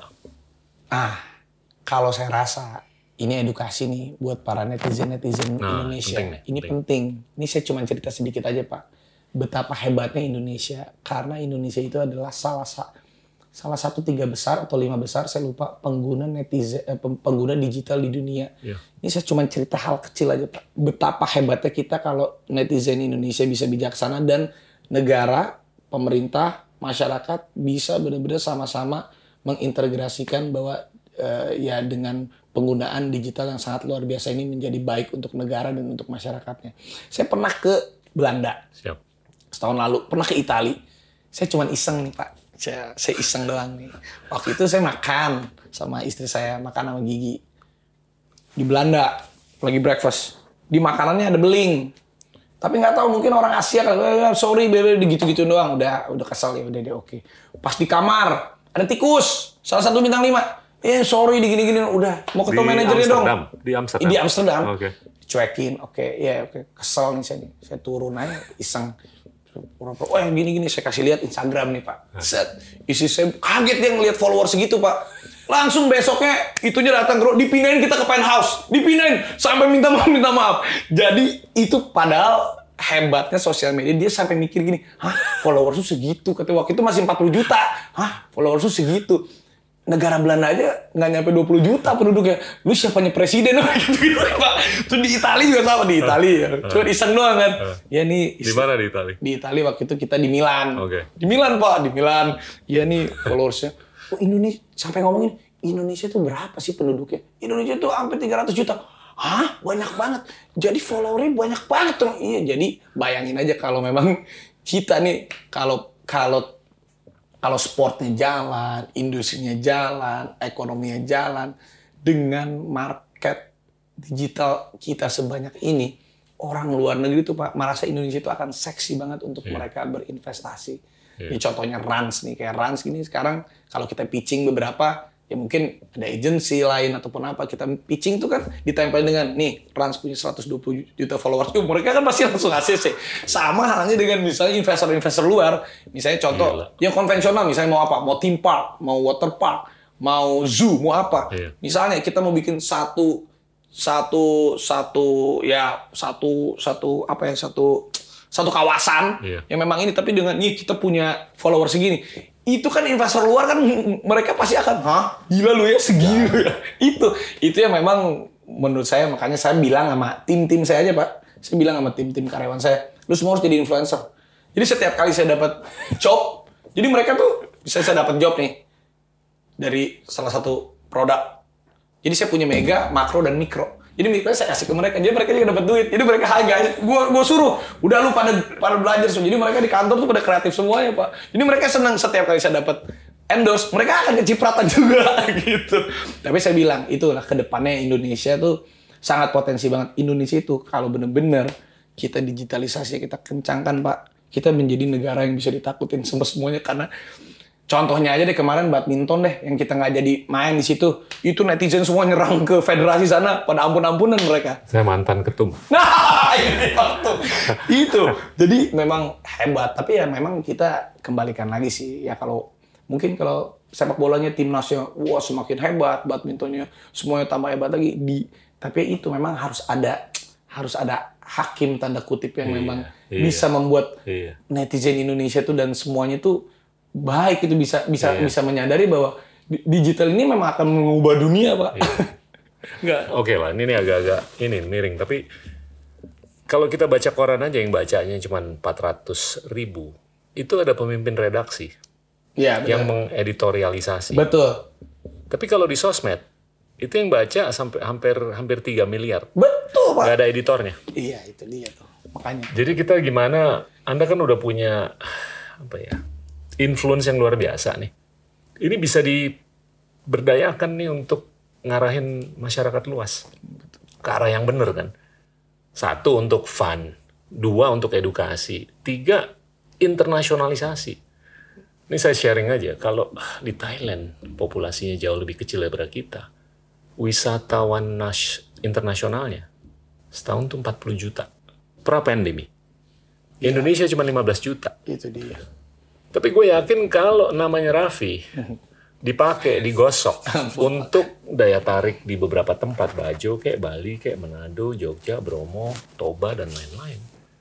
Kalau saya rasa ini edukasi nih buat para netizen Indonesia. Ini penting. Ini saya cuma cerita sedikit aja Pak. Betapa hebatnya Indonesia, karena Indonesia itu adalah salah satu 3 besar atau 5 besar, saya lupa, pengguna digital di dunia. Ini saya cuma cerita hal kecil aja Pak. Betapa hebatnya kita kalau netizen Indonesia bisa bijaksana dan negara, pemerintah, masyarakat bisa benar-benar sama-sama mengintegrasikan bahwa ya dengan penggunaan digital yang sangat luar biasa ini menjadi baik untuk negara dan untuk masyarakatnya. Saya pernah ke Belanda. Siap. Setahun lalu pernah ke Italia. Saya cuma iseng nih Pak. Saya iseng doang nih. Waktu itu saya makan sama istri saya, makan sama Gigi. Di Belanda, lagi breakfast. Di makanannya ada beling. Tapi nggak tahu, mungkin orang Asia kan, sorry bebe, gitu-gitu doang. Udah kesel ya, udah deh oke. Pas di kamar, ada tikus. Salah satu bintang 5. Sorry digini-gini, udah. Mau ketemu manajernya dong. Di Amsterdam. Di Amsterdam. Oke. Cuekin, oke. Kesel nih saya nih. Saya turun aja, iseng. Gini-gini, saya kasih lihat Instagram nih Pak. Set. Isi saya kaget dia ngelihat follower segitu Pak. Langsung besoknya itunya datang, dipindahin kita ke penthouse. Dipindahin sampai minta maaf. Jadi itu padahal hebatnya sosial media, dia sampai mikir gini, followers tuh segitu. Kata waktu itu masih 40 juta. Followers tuh segitu. Negara Belanda aja nggak nyampe 20 juta penduduknya. Lu siapanya presiden gitu Pak. Tuh di Italia juga sama, di Italia. Cuma iseng doang kan. Ya nih. Di mana di Italia? Di Italia waktu itu kita di Milan. Oke. Di Milan Pak, di Milan. Ya nih followersnya. Indonesia sampai ngomongin Indonesia tuh berapa sih penduduknya? Indonesia tuh hampir 300 juta. Banyak banget. Jadi followernya banyak banget tuh. Iya, jadi bayangin aja kalau memang kita nih kalau sportnya jalan, industrinya jalan, ekonominya jalan, dengan market digital kita sebanyak ini, orang luar negeri tuh Pak merasa Indonesia itu akan seksi banget untuk mereka berinvestasi. Ya, contohnya Rans nih, kayak Rans gini sekarang kalau kita pitching beberapa, ya mungkin ada agensi lain ataupun apa, kita pitching tuh kan ditempel dengan nih Rans punya 120 juta followers, mereka kan pasti langsung ACC. Sama halnya dengan misalnya investor-investor luar, misalnya contoh yang konvensional, misalnya mau apa, mau theme park, mau water park, mau zoo, mau apa. Misalnya kita mau bikin satu kawasan yang memang ini, tapi dengan kita punya follower segini. Itu kan investor luar kan mereka pasti akan, gila lu ya segini ya. Itu yang memang menurut saya, makanya saya bilang sama tim-tim saya aja Pak. Saya bilang sama tim-tim karyawan saya, lu semua harus jadi influencer. Jadi setiap kali saya dapat job, jadi mereka tuh bisa saya dapat job nih dari salah satu produk. Jadi saya punya mega, makro dan mikro. Jadi mikro saya kasih ke mereka, jadi mereka juga dapat duit. Jadi mereka harga, gua suruh, udah lu pada belajar semua. Jadi mereka di kantor tuh pada kreatif semuanya Pak. Jadi mereka senang setiap kali saya dapat endorse, mereka akan kecipratan juga gitu. Tapi saya bilang itulah kedepannya Indonesia tuh sangat potensi banget. Indonesia itu kalau benar-benar kita digitalisasi, kita kencangkan Pak, kita menjadi negara yang bisa ditakutin semuanya, karena Contohnya aja deh kemarin badminton deh yang kita nggak jadi main di situ. Itu netizen semua nyerang ke federasi sana pada ampun-ampunan mereka. Saya mantan ketum. Nah, itu. Jadi memang hebat, tapi ya memang kita kembalikan lagi sih. Ya kalau sepak bolanya timnasnya wah semakin hebat, badmintonnya semuanya tambah hebat lagi tapi itu memang harus ada hakim tanda kutip yang memang bisa membuat netizen Indonesia tuh dan semuanya tuh baik, itu bisa menyadari bahwa digital ini memang akan mengubah dunia, Pak. Nggak, oke lah, ini agak-agak miring, tapi kalau kita baca koran aja yang bacanya cuma 400.000, itu ada pemimpin redaksi yang mengeditorialisasi. Betul. Tapi kalau di sosmed, itu yang baca sampai hampir 3 miliar. Betul, Pak. Nggak ada editornya. Iya, itu dia tuh. Makanya. Jadi kita gimana, Anda kan udah punya influence yang luar biasa nih. Ini bisa diberdayakan nih untuk ngarahin masyarakat luas ke arah yang bener kan. 1, untuk fun. 2, untuk edukasi. 3, internasionalisasi. Ini saya sharing aja, kalau di Thailand populasinya jauh lebih kecil daripada kita, wisatawan internasionalnya setahun tuh 40 juta pra-pandemi. Indonesia cuma 15 juta. Itu dia. Tapi gue yakin kalau namanya Raffi dipakai, digosok untuk daya tarik di beberapa tempat, Bajo, kayak Bali, kayak Manado, Jogja, Bromo, Toba, dan lain-lain.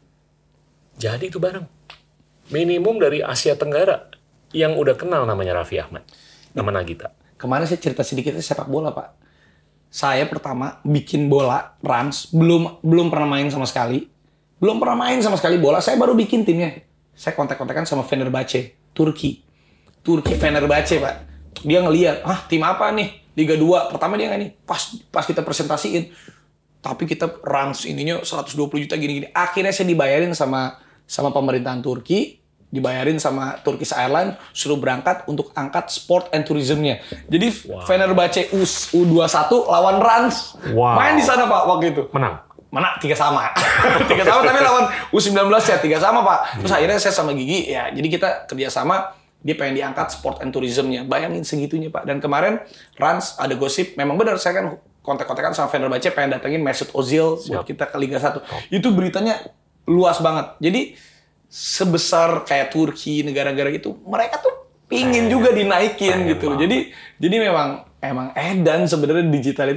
Jadi itu barang. Minimum dari Asia Tenggara yang udah kenal namanya Raffi Ahmad, nama Nagita. Kemarin saya cerita sedikit sepak bola, Pak. Saya pertama bikin bola, Rans, belum pernah main sama sekali. Belum pernah main sama sekali bola, saya baru bikin timnya. Saya kontak-kontakan sama Fenerbahce, Turki Fenerbahce, Pak. Dia ngeliat, tim apa nih? Liga 2. Pertama dia nggak nih, pas kita presentasiin. Tapi kita Rans ininya 120 juta gini-gini. Akhirnya saya dibayarin sama pemerintahan Turki, dibayarin sama Turkish Airlines, suruh berangkat untuk angkat sport and tourism-nya. Jadi Fenerbahce U21 lawan Rans. Main di sana, Pak, waktu itu. Menang 3-3 tapi lawan U19 ya 3-3, Pak. Terus akhirnya saya sama Gigi ya, jadi kita kerjasama, dia pengen diangkat sport and tourism-nya. Bayangin segitunya, Pak. Dan kemarin Rans ada gosip, memang benar saya kan kontak-kontakan sama Fenerbahce pengen datengin Mesut Ozil buat kita ke Liga 1. Itu beritanya luas banget. Jadi sebesar kayak Turki, negara-negara gitu, mereka tuh pingin juga dinaikin gitu. Jadi memang edan sebenarnya digital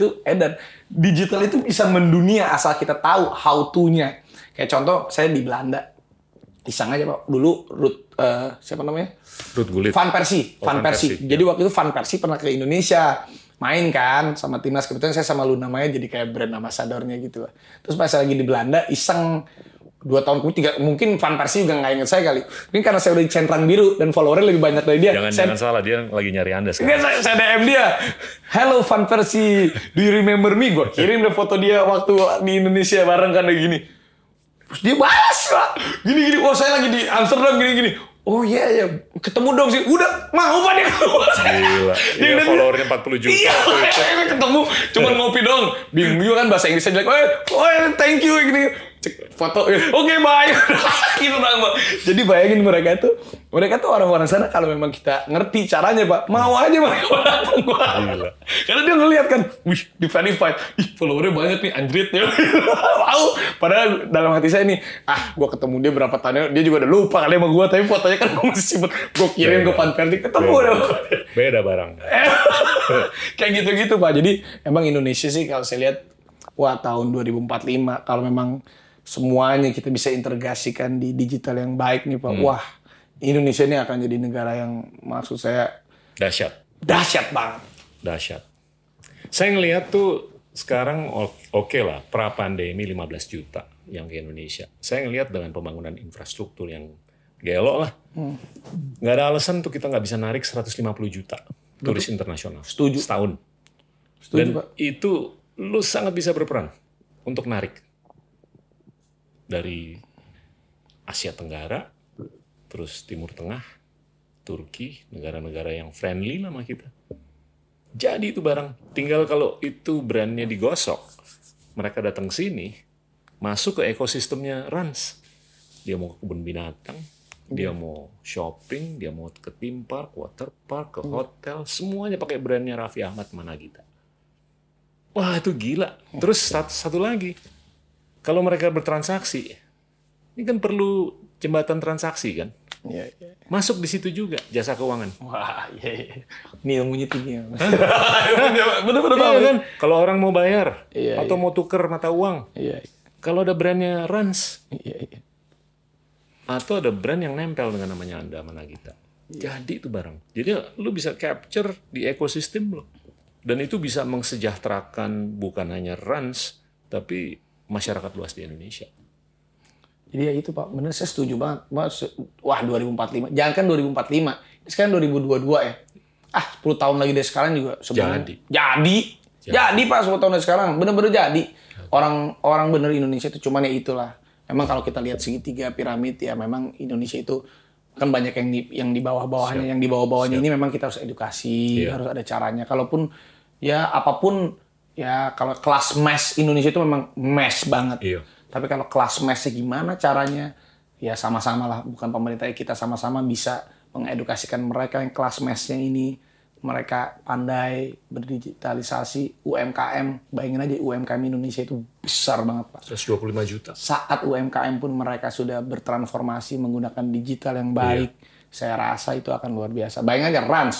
itu bisa mendunia asal kita tahu how to-nya. Kayak contoh saya di Belanda. Iseng aja, Pak. Dulu siapa namanya? Ruud Gullit. Van Persie. Jadi waktu itu Van Persie pernah ke Indonesia. Main kan sama timnas, kebetulan saya sama Luna Maya jadi kayak brand ambassador-nya gitu. Terus pas saya lagi di Belanda iseng 2 tahun kemudian, mungkin Van Persie juga nggak inget saya kali. Mungkin karena saya udah di centang biru dan followernya lebih banyak dari dia. Jangan salah, dia lagi nyari Anda sekarang. Saya DM dia. Hello Van Persie, do you remember me? Gue kirim deh foto dia waktu di Indonesia bareng kan kayak gini. Terus dia balas lah. Gini-gini, saya lagi di Amsterdam gini-gini. Oh iya, ketemu dong sih. Udah, mau Pak dia keluar. Gila, dia followernya 40 juta. Iya, ketemu. Cuma ngopi dong. Bingung juga kan bahasa Inggrisnya jelek. Oh, thank you, gini. Cek foto, oke, bye. Gitu dong, Pak. Jadi bayangin mereka tuh orang-orang sana kalau memang kita ngerti caranya, Pak, mau aja mereka datang. Karena dia ngeliat kan, wih, di verified, followernya banyak nih, anjrit ya. Mau. Padahal dalam hati saya nih, gue ketemu dia berapa tahun, dia juga udah lupa kali sama gue, tapi fotonya kan gue masih simpen. Gue kirim ke Van Persie, ketemu deh. Beda barang. Kayak gitu-gitu, Pak. Jadi emang Indonesia sih kalau saya lihat, tahun 2045 kalau memang semuanya kita bisa integrasikan di digital yang baik nih, Pak. Indonesia ini akan jadi negara yang maksud saya dahsyat banget. Dahsyat. Saya ngelihat tuh sekarang oke lah, pra-pandemi 15 juta yang ke Indonesia. Saya ngelihat dengan pembangunan infrastruktur yang gelok lah. Nggak ada alasan tuh kita nggak bisa narik 150 juta turis internasional. Setuju. Setahun. Setuju, Dan Pak. itu lu sangat bisa berperan untuk narik dari Asia Tenggara, terus Timur Tengah, Turki, negara-negara yang friendly lah sama kita. Jadi itu barang. Tinggal kalau itu brandnya digosok, mereka datang ke sini, masuk ke ekosistemnya Rans. Dia mau ke kebun binatang, Dia mau shopping, dia mau ke theme park, water park, ke hotel, semuanya pakai brandnya Raffi Ahmad Managita. Wah, itu gila. Terus satu lagi, kalau mereka bertransaksi, ini kan perlu jembatan transaksi kan? Iya. Masuk di situ juga jasa keuangan. Wah, iya. Ini ilmunya tinggi. Bener-bener kan? Kalau orang mau bayar Iya, atau mau tuker mata uang, Iya. kalau ada brandnya Rans Iya. atau ada brand yang nempel dengan namanya Anda Managita, jadi itu barang. Jadi lu bisa capture di ekosistem lo, dan itu bisa mensejahterakan bukan hanya Rans tapi masyarakat luas di Indonesia. Jadi ya itu Pak, bener saya setuju banget. Wah 2045, jangan kan 2045, sekarang 2022 ya. 10 tahun lagi dari sekarang juga sebenarnya. Jadi Pak 10 tahun dari sekarang, bener-bener jadi. Orang bener Indonesia itu cuman ya itulah. Memang kalau kita lihat segitiga piramid ya memang Indonesia itu kan banyak yang di bawah-bawahnya, yang di bawah-bawahnya ini memang kita harus edukasi, harus ada caranya. Kalaupun ya apapun ya kalau kelas mass Indonesia itu memang mass banget. Iya. Tapi kalau kelas mass-nya gimana caranya? Ya sama-sama lah, bukan pemerintah, kita sama-sama bisa mengedukasikan mereka yang kelas mass-nya ini. Mereka pandai berdigitalisasi, UMKM. Bayangin aja UMKM Indonesia itu besar banget Pak. 125 juta. Saat UMKM pun mereka sudah bertransformasi menggunakan digital yang baik. Saya rasa itu akan luar biasa. Bayangin aja Rans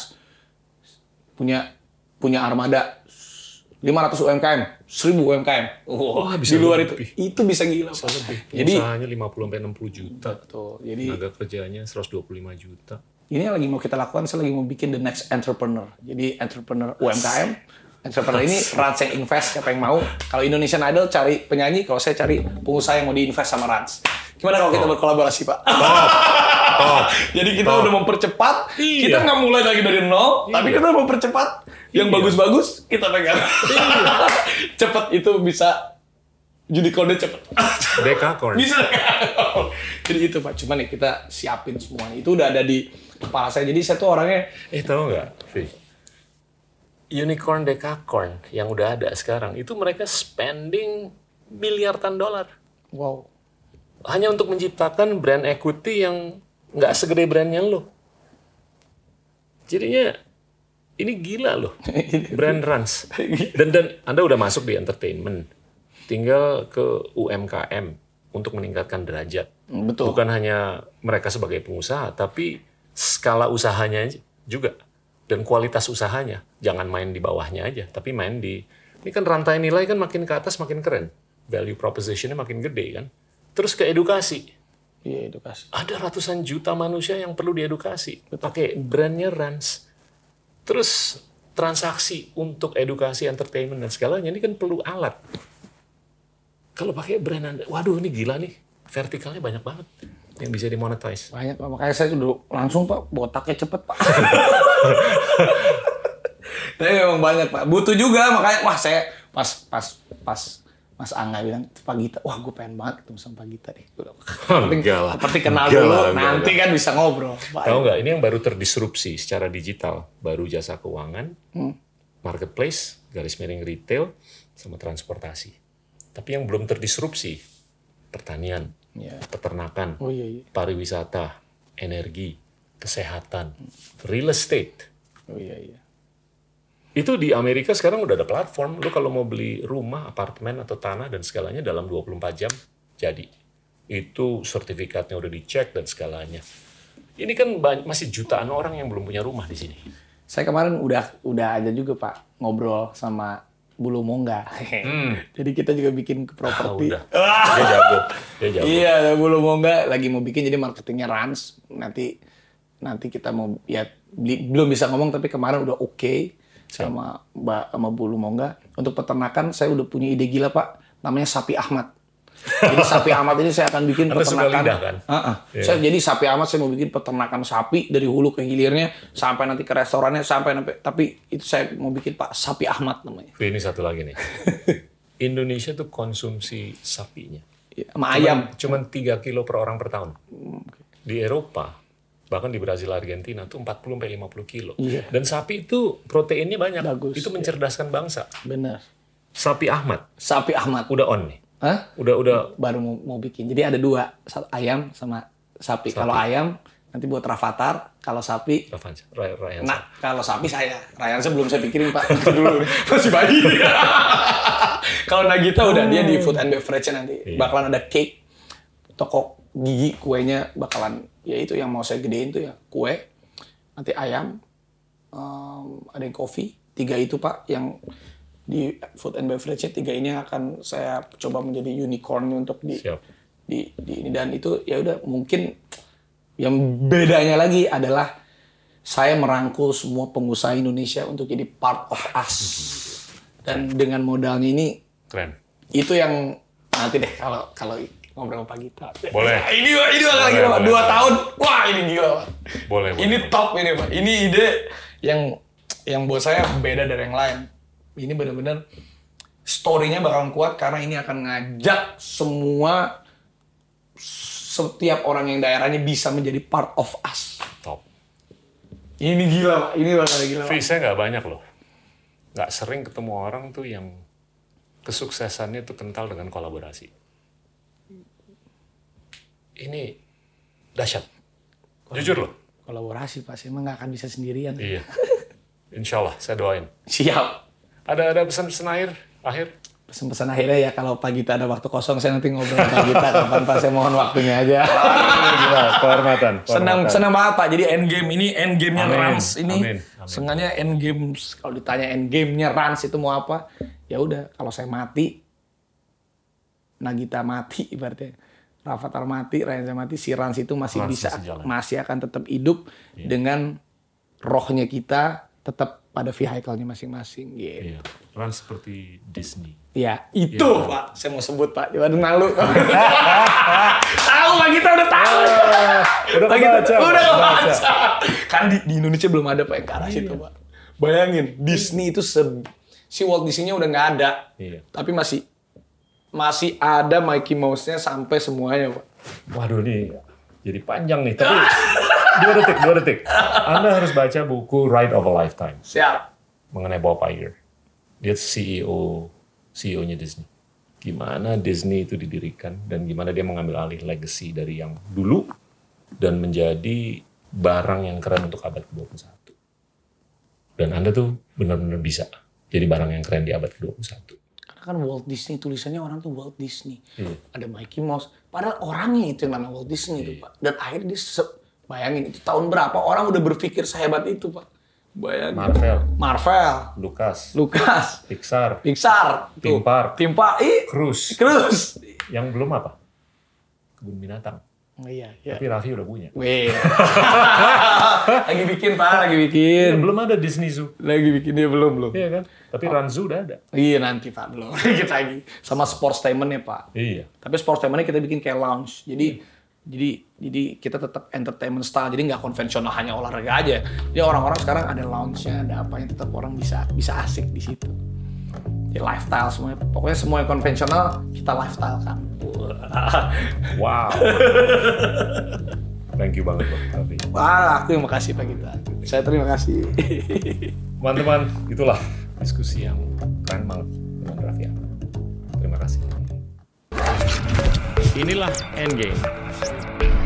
punya armada 500 UMKM, 1000 UMKM. Wah, bisa di luar lebih. Itu bisa gila. Bisa Pak. lebih. Jadi Usahanya 50-60 juta. betul. Jadi Tenaga kerjanya 125 juta. ini yang lagi mau kita lakukan, saya lagi mau bikin the next entrepreneur. Jadi entrepreneur UMKM. Entrepreneur ini Rans yang invest, siapa yang mau. Kalau Indonesian Idol cari penyanyi, kalau saya cari pengusaha yang mau diinvest sama Rans. Gimana kalau kita berkolaborasi Pak? Jadi kita udah mempercepat, kita nggak mulai lagi dari nol, tapi kita mempercepat. Yang bagus-bagus kita pegang. Cepet itu bisa unicorn-nya cepet. Dekakorn. Bisa. Jadi itu Pak, cuman ya kita siapin semuanya. Itu udah ada di kepala saya. Jadi saya tuh orangnya Tahu nggak, Vi? Unicorn Dekakorn yang udah ada sekarang, itu mereka spending miliaran dolar. wow. Hanya untuk menciptakan brand equity yang nggak segede brandnya lo. Jadinya ini gila loh, brand Rans. Dan Anda udah masuk di entertainment, tinggal ke UMKM untuk meningkatkan derajat. Betul. Bukan hanya mereka sebagai pengusaha, tapi skala usahanya juga. Dan kualitas usahanya. Jangan main di bawahnya aja, tapi main di... Ini kan rantai nilai kan makin ke atas makin keren. Value proposition-nya makin gede kan. Terus ke edukasi. Iya, edukasi. Ada ratusan juta manusia yang perlu diedukasi. Pakai brandnya Rans. Terus transaksi untuk edukasi, entertainment, dan segalanya ini kan perlu alat. Kalau pakai brand Anda, waduh ini gila nih. Vertikalnya banyak banget yang bisa dimonetize. Banyak Pak, makanya saya udah langsung Pak, botaknya cepet Pak. Tapi memang banyak Pak, butuh juga makanya wah saya pas Mas Angga bilang Pak Gita, wah gue pengen banget ketemu sama Pak Gita deh. Seperti kenal dulu, nanti kan bisa ngobrol. Tahu nggak, ini yang baru terdisrupsi secara digital, baru jasa keuangan, marketplace, garis miring retail, sama transportasi. Tapi yang belum terdisrupsi, pertanian, peternakan, pariwisata, energi, kesehatan, real estate. Itu di Amerika sekarang udah ada platform. Lu kalau mau beli rumah, apartemen, atau tanah dan segalanya dalam 24 jam jadi. Itu sertifikatnya udah dicek dan segalanya. Ini kan masih jutaan orang yang belum punya rumah di sini. Saya kemarin udah aja juga Pak ngobrol sama Bulu Mongga. Jadi kita juga bikin properti. Udah. Dia jago. Iya, Bulu Mongga lagi mau bikin jadi marketingnya Rans. Nanti kita mau ya belum bisa ngomong tapi kemarin udah oke. Sama Bulu Mongga. Untuk peternakan saya udah punya ide gila Pak, namanya Sapi Ahmad. Jadi Sapi Ahmad ini saya akan bikin peternakan. Lidah, kan? Jadi Sapi Ahmad saya mau bikin peternakan sapi dari hulu ke hilirnya sampai nanti ke restorannya tapi itu saya mau bikin Pak Sapi Ahmad namanya. Ini satu lagi nih. Indonesia tuh konsumsi sapinya. Sama ayam. Cuman 3 kilo per orang per tahun. Di Eropa bahkan di Brazil, Argentina tuh 40-50 kilo. Dan sapi itu proteinnya banyak. Bagus, itu mencerdaskan bangsa. Benar. Sapi Ahmad. Sapi Ahmad. Udah on nih. Hah? Udah. Baru mau bikin. Jadi ada 2, satu ayam sama Sapi. Kalau ayam nanti buat Rafathar, kalau sapi Ryan. nah, kalau sapi saya. Ryansa belum saya pikirin, Pak. Itu dulu masih bayi. Kalau Nagita udah dia di food and beverage nanti. Bakalan ada cake, toko gigi, kuenya bakalan ya itu yang mau saya gedein tuh ya, kue. Nanti ayam, ada yang coffee. 3 itu, Pak, yang di food and beverage 3 ini akan saya coba menjadi unicorn untuk di ini, dan itu ya udah mungkin yang bedanya lagi adalah saya merangkul semua pengusaha Indonesia untuk jadi part of us. Dan dengan modalnya ini Keren. itu yang nanti deh kalau ngobrol sama Pak Gita. Boleh. Ini bakal gila, Pak. 2 tahun. Wah, ini gila, Pak. Boleh. Ini top ini, Pak. Ini ide yang buat saya beda dari yang lain. Ini benar-benar story-nya bakalan kuat karena ini akan ngajak setiap orang yang daerahnya bisa menjadi part of us. Top. Ini gila, Pak. Ini bakal gila, Pak. Saya nggak banyak loh. Nggak sering ketemu orang tuh yang kesuksesannya tuh kental dengan kolaborasi. Ini dahsyat. Jujur loh. Kolaborasi, Pak. Saya emang nggak akan bisa sendirian. Iya. Insya Allah, saya doain. Siap. Ada pesan-pesan akhir? Pesan-pesan akhirnya ya, kalau Pak Gita ada waktu kosong, saya nanti ngobrol sama Pak Gita kapan, Pak. Saya mohon waktunya aja. Kehormatan. Senang banget, Pak. Jadi endgame-nya Rans ini. Amin. Sengaja endgame, kalau ditanya endgame-nya Rans itu mau apa? Ya udah, kalau saya mati, Nagita mati ibaratnya. Rafathar mati, Ryan mati, si Rans itu masih masih akan tetap hidup dengan rohnya kita tetap pada vehicle-nya masing-masing gitu. Iya. Rans seperti Disney. Ya, itu Pak. Saya mau sebut, Pak. Coba malu. Tahu, Pak, kita udah tahu. Udah kebaca. Kan di Indonesia belum ada, Pak, yang ke arah situ, Pak. Bayangin, Disney itu si Walt Disney-nya udah nggak ada. Iya. Tapi masih ada Mickey Mouse-nya sampai semuanya, Pak. Waduh, ini jadi panjang nih. Tapi 2 detik. Anda harus baca buku Ride of a Lifetime. Siap. Mengenai Bob Iger. Dia CEO-nya Disney. Gimana Disney itu didirikan dan gimana dia mengambil alih legacy dari yang dulu dan menjadi barang yang keren untuk abad ke-21. Dan Anda tuh benar-benar bisa jadi barang yang keren di abad ke-21. Karena kan Walt Disney, tulisannya orang tuh Walt Disney. Iya. Ada Mickey Mouse. Padahal orangnya itu yang namanya Walt Disney itu, Pak. Dan akhirnya bayangin itu tahun berapa orang udah berpikir sehebat itu, Pak. Bayangin. Marvel. Lucas. Pixar. Theme Park. Cruise. Yang belum apa? Kebun binatang. Oh, iya. Tapi Raffi udah punya. Wih. Lagi bikin, Pak. Ya, belum ada Disney Zoo. Lagi bikin, dia belum. Iya kan? Tapi Run Zoo udah ada. Iya, nanti, Pak. Belum. Dikit lagi. Sama sportainment-nya, Pak. Iya. Tapi sportainment-nya kita bikin kayak lounge. Jadi kita tetap entertainment style, jadi nggak konvensional hanya olahraga aja. Jadi orang-orang sekarang ada lounge-nya, ada apa yang tetap orang bisa asik di situ. Jadi lifestyle semuanya, pokoknya semua yang konvensional kita lifestyle kan. Wow. Thank you banget, Pak Raffi. Wah, aku yang makasih, Pak Gita. Saya terima kasih. Teman-teman, itulah diskusi yang keren banget dengan Raffi. Terima kasih. Inilah Endgame.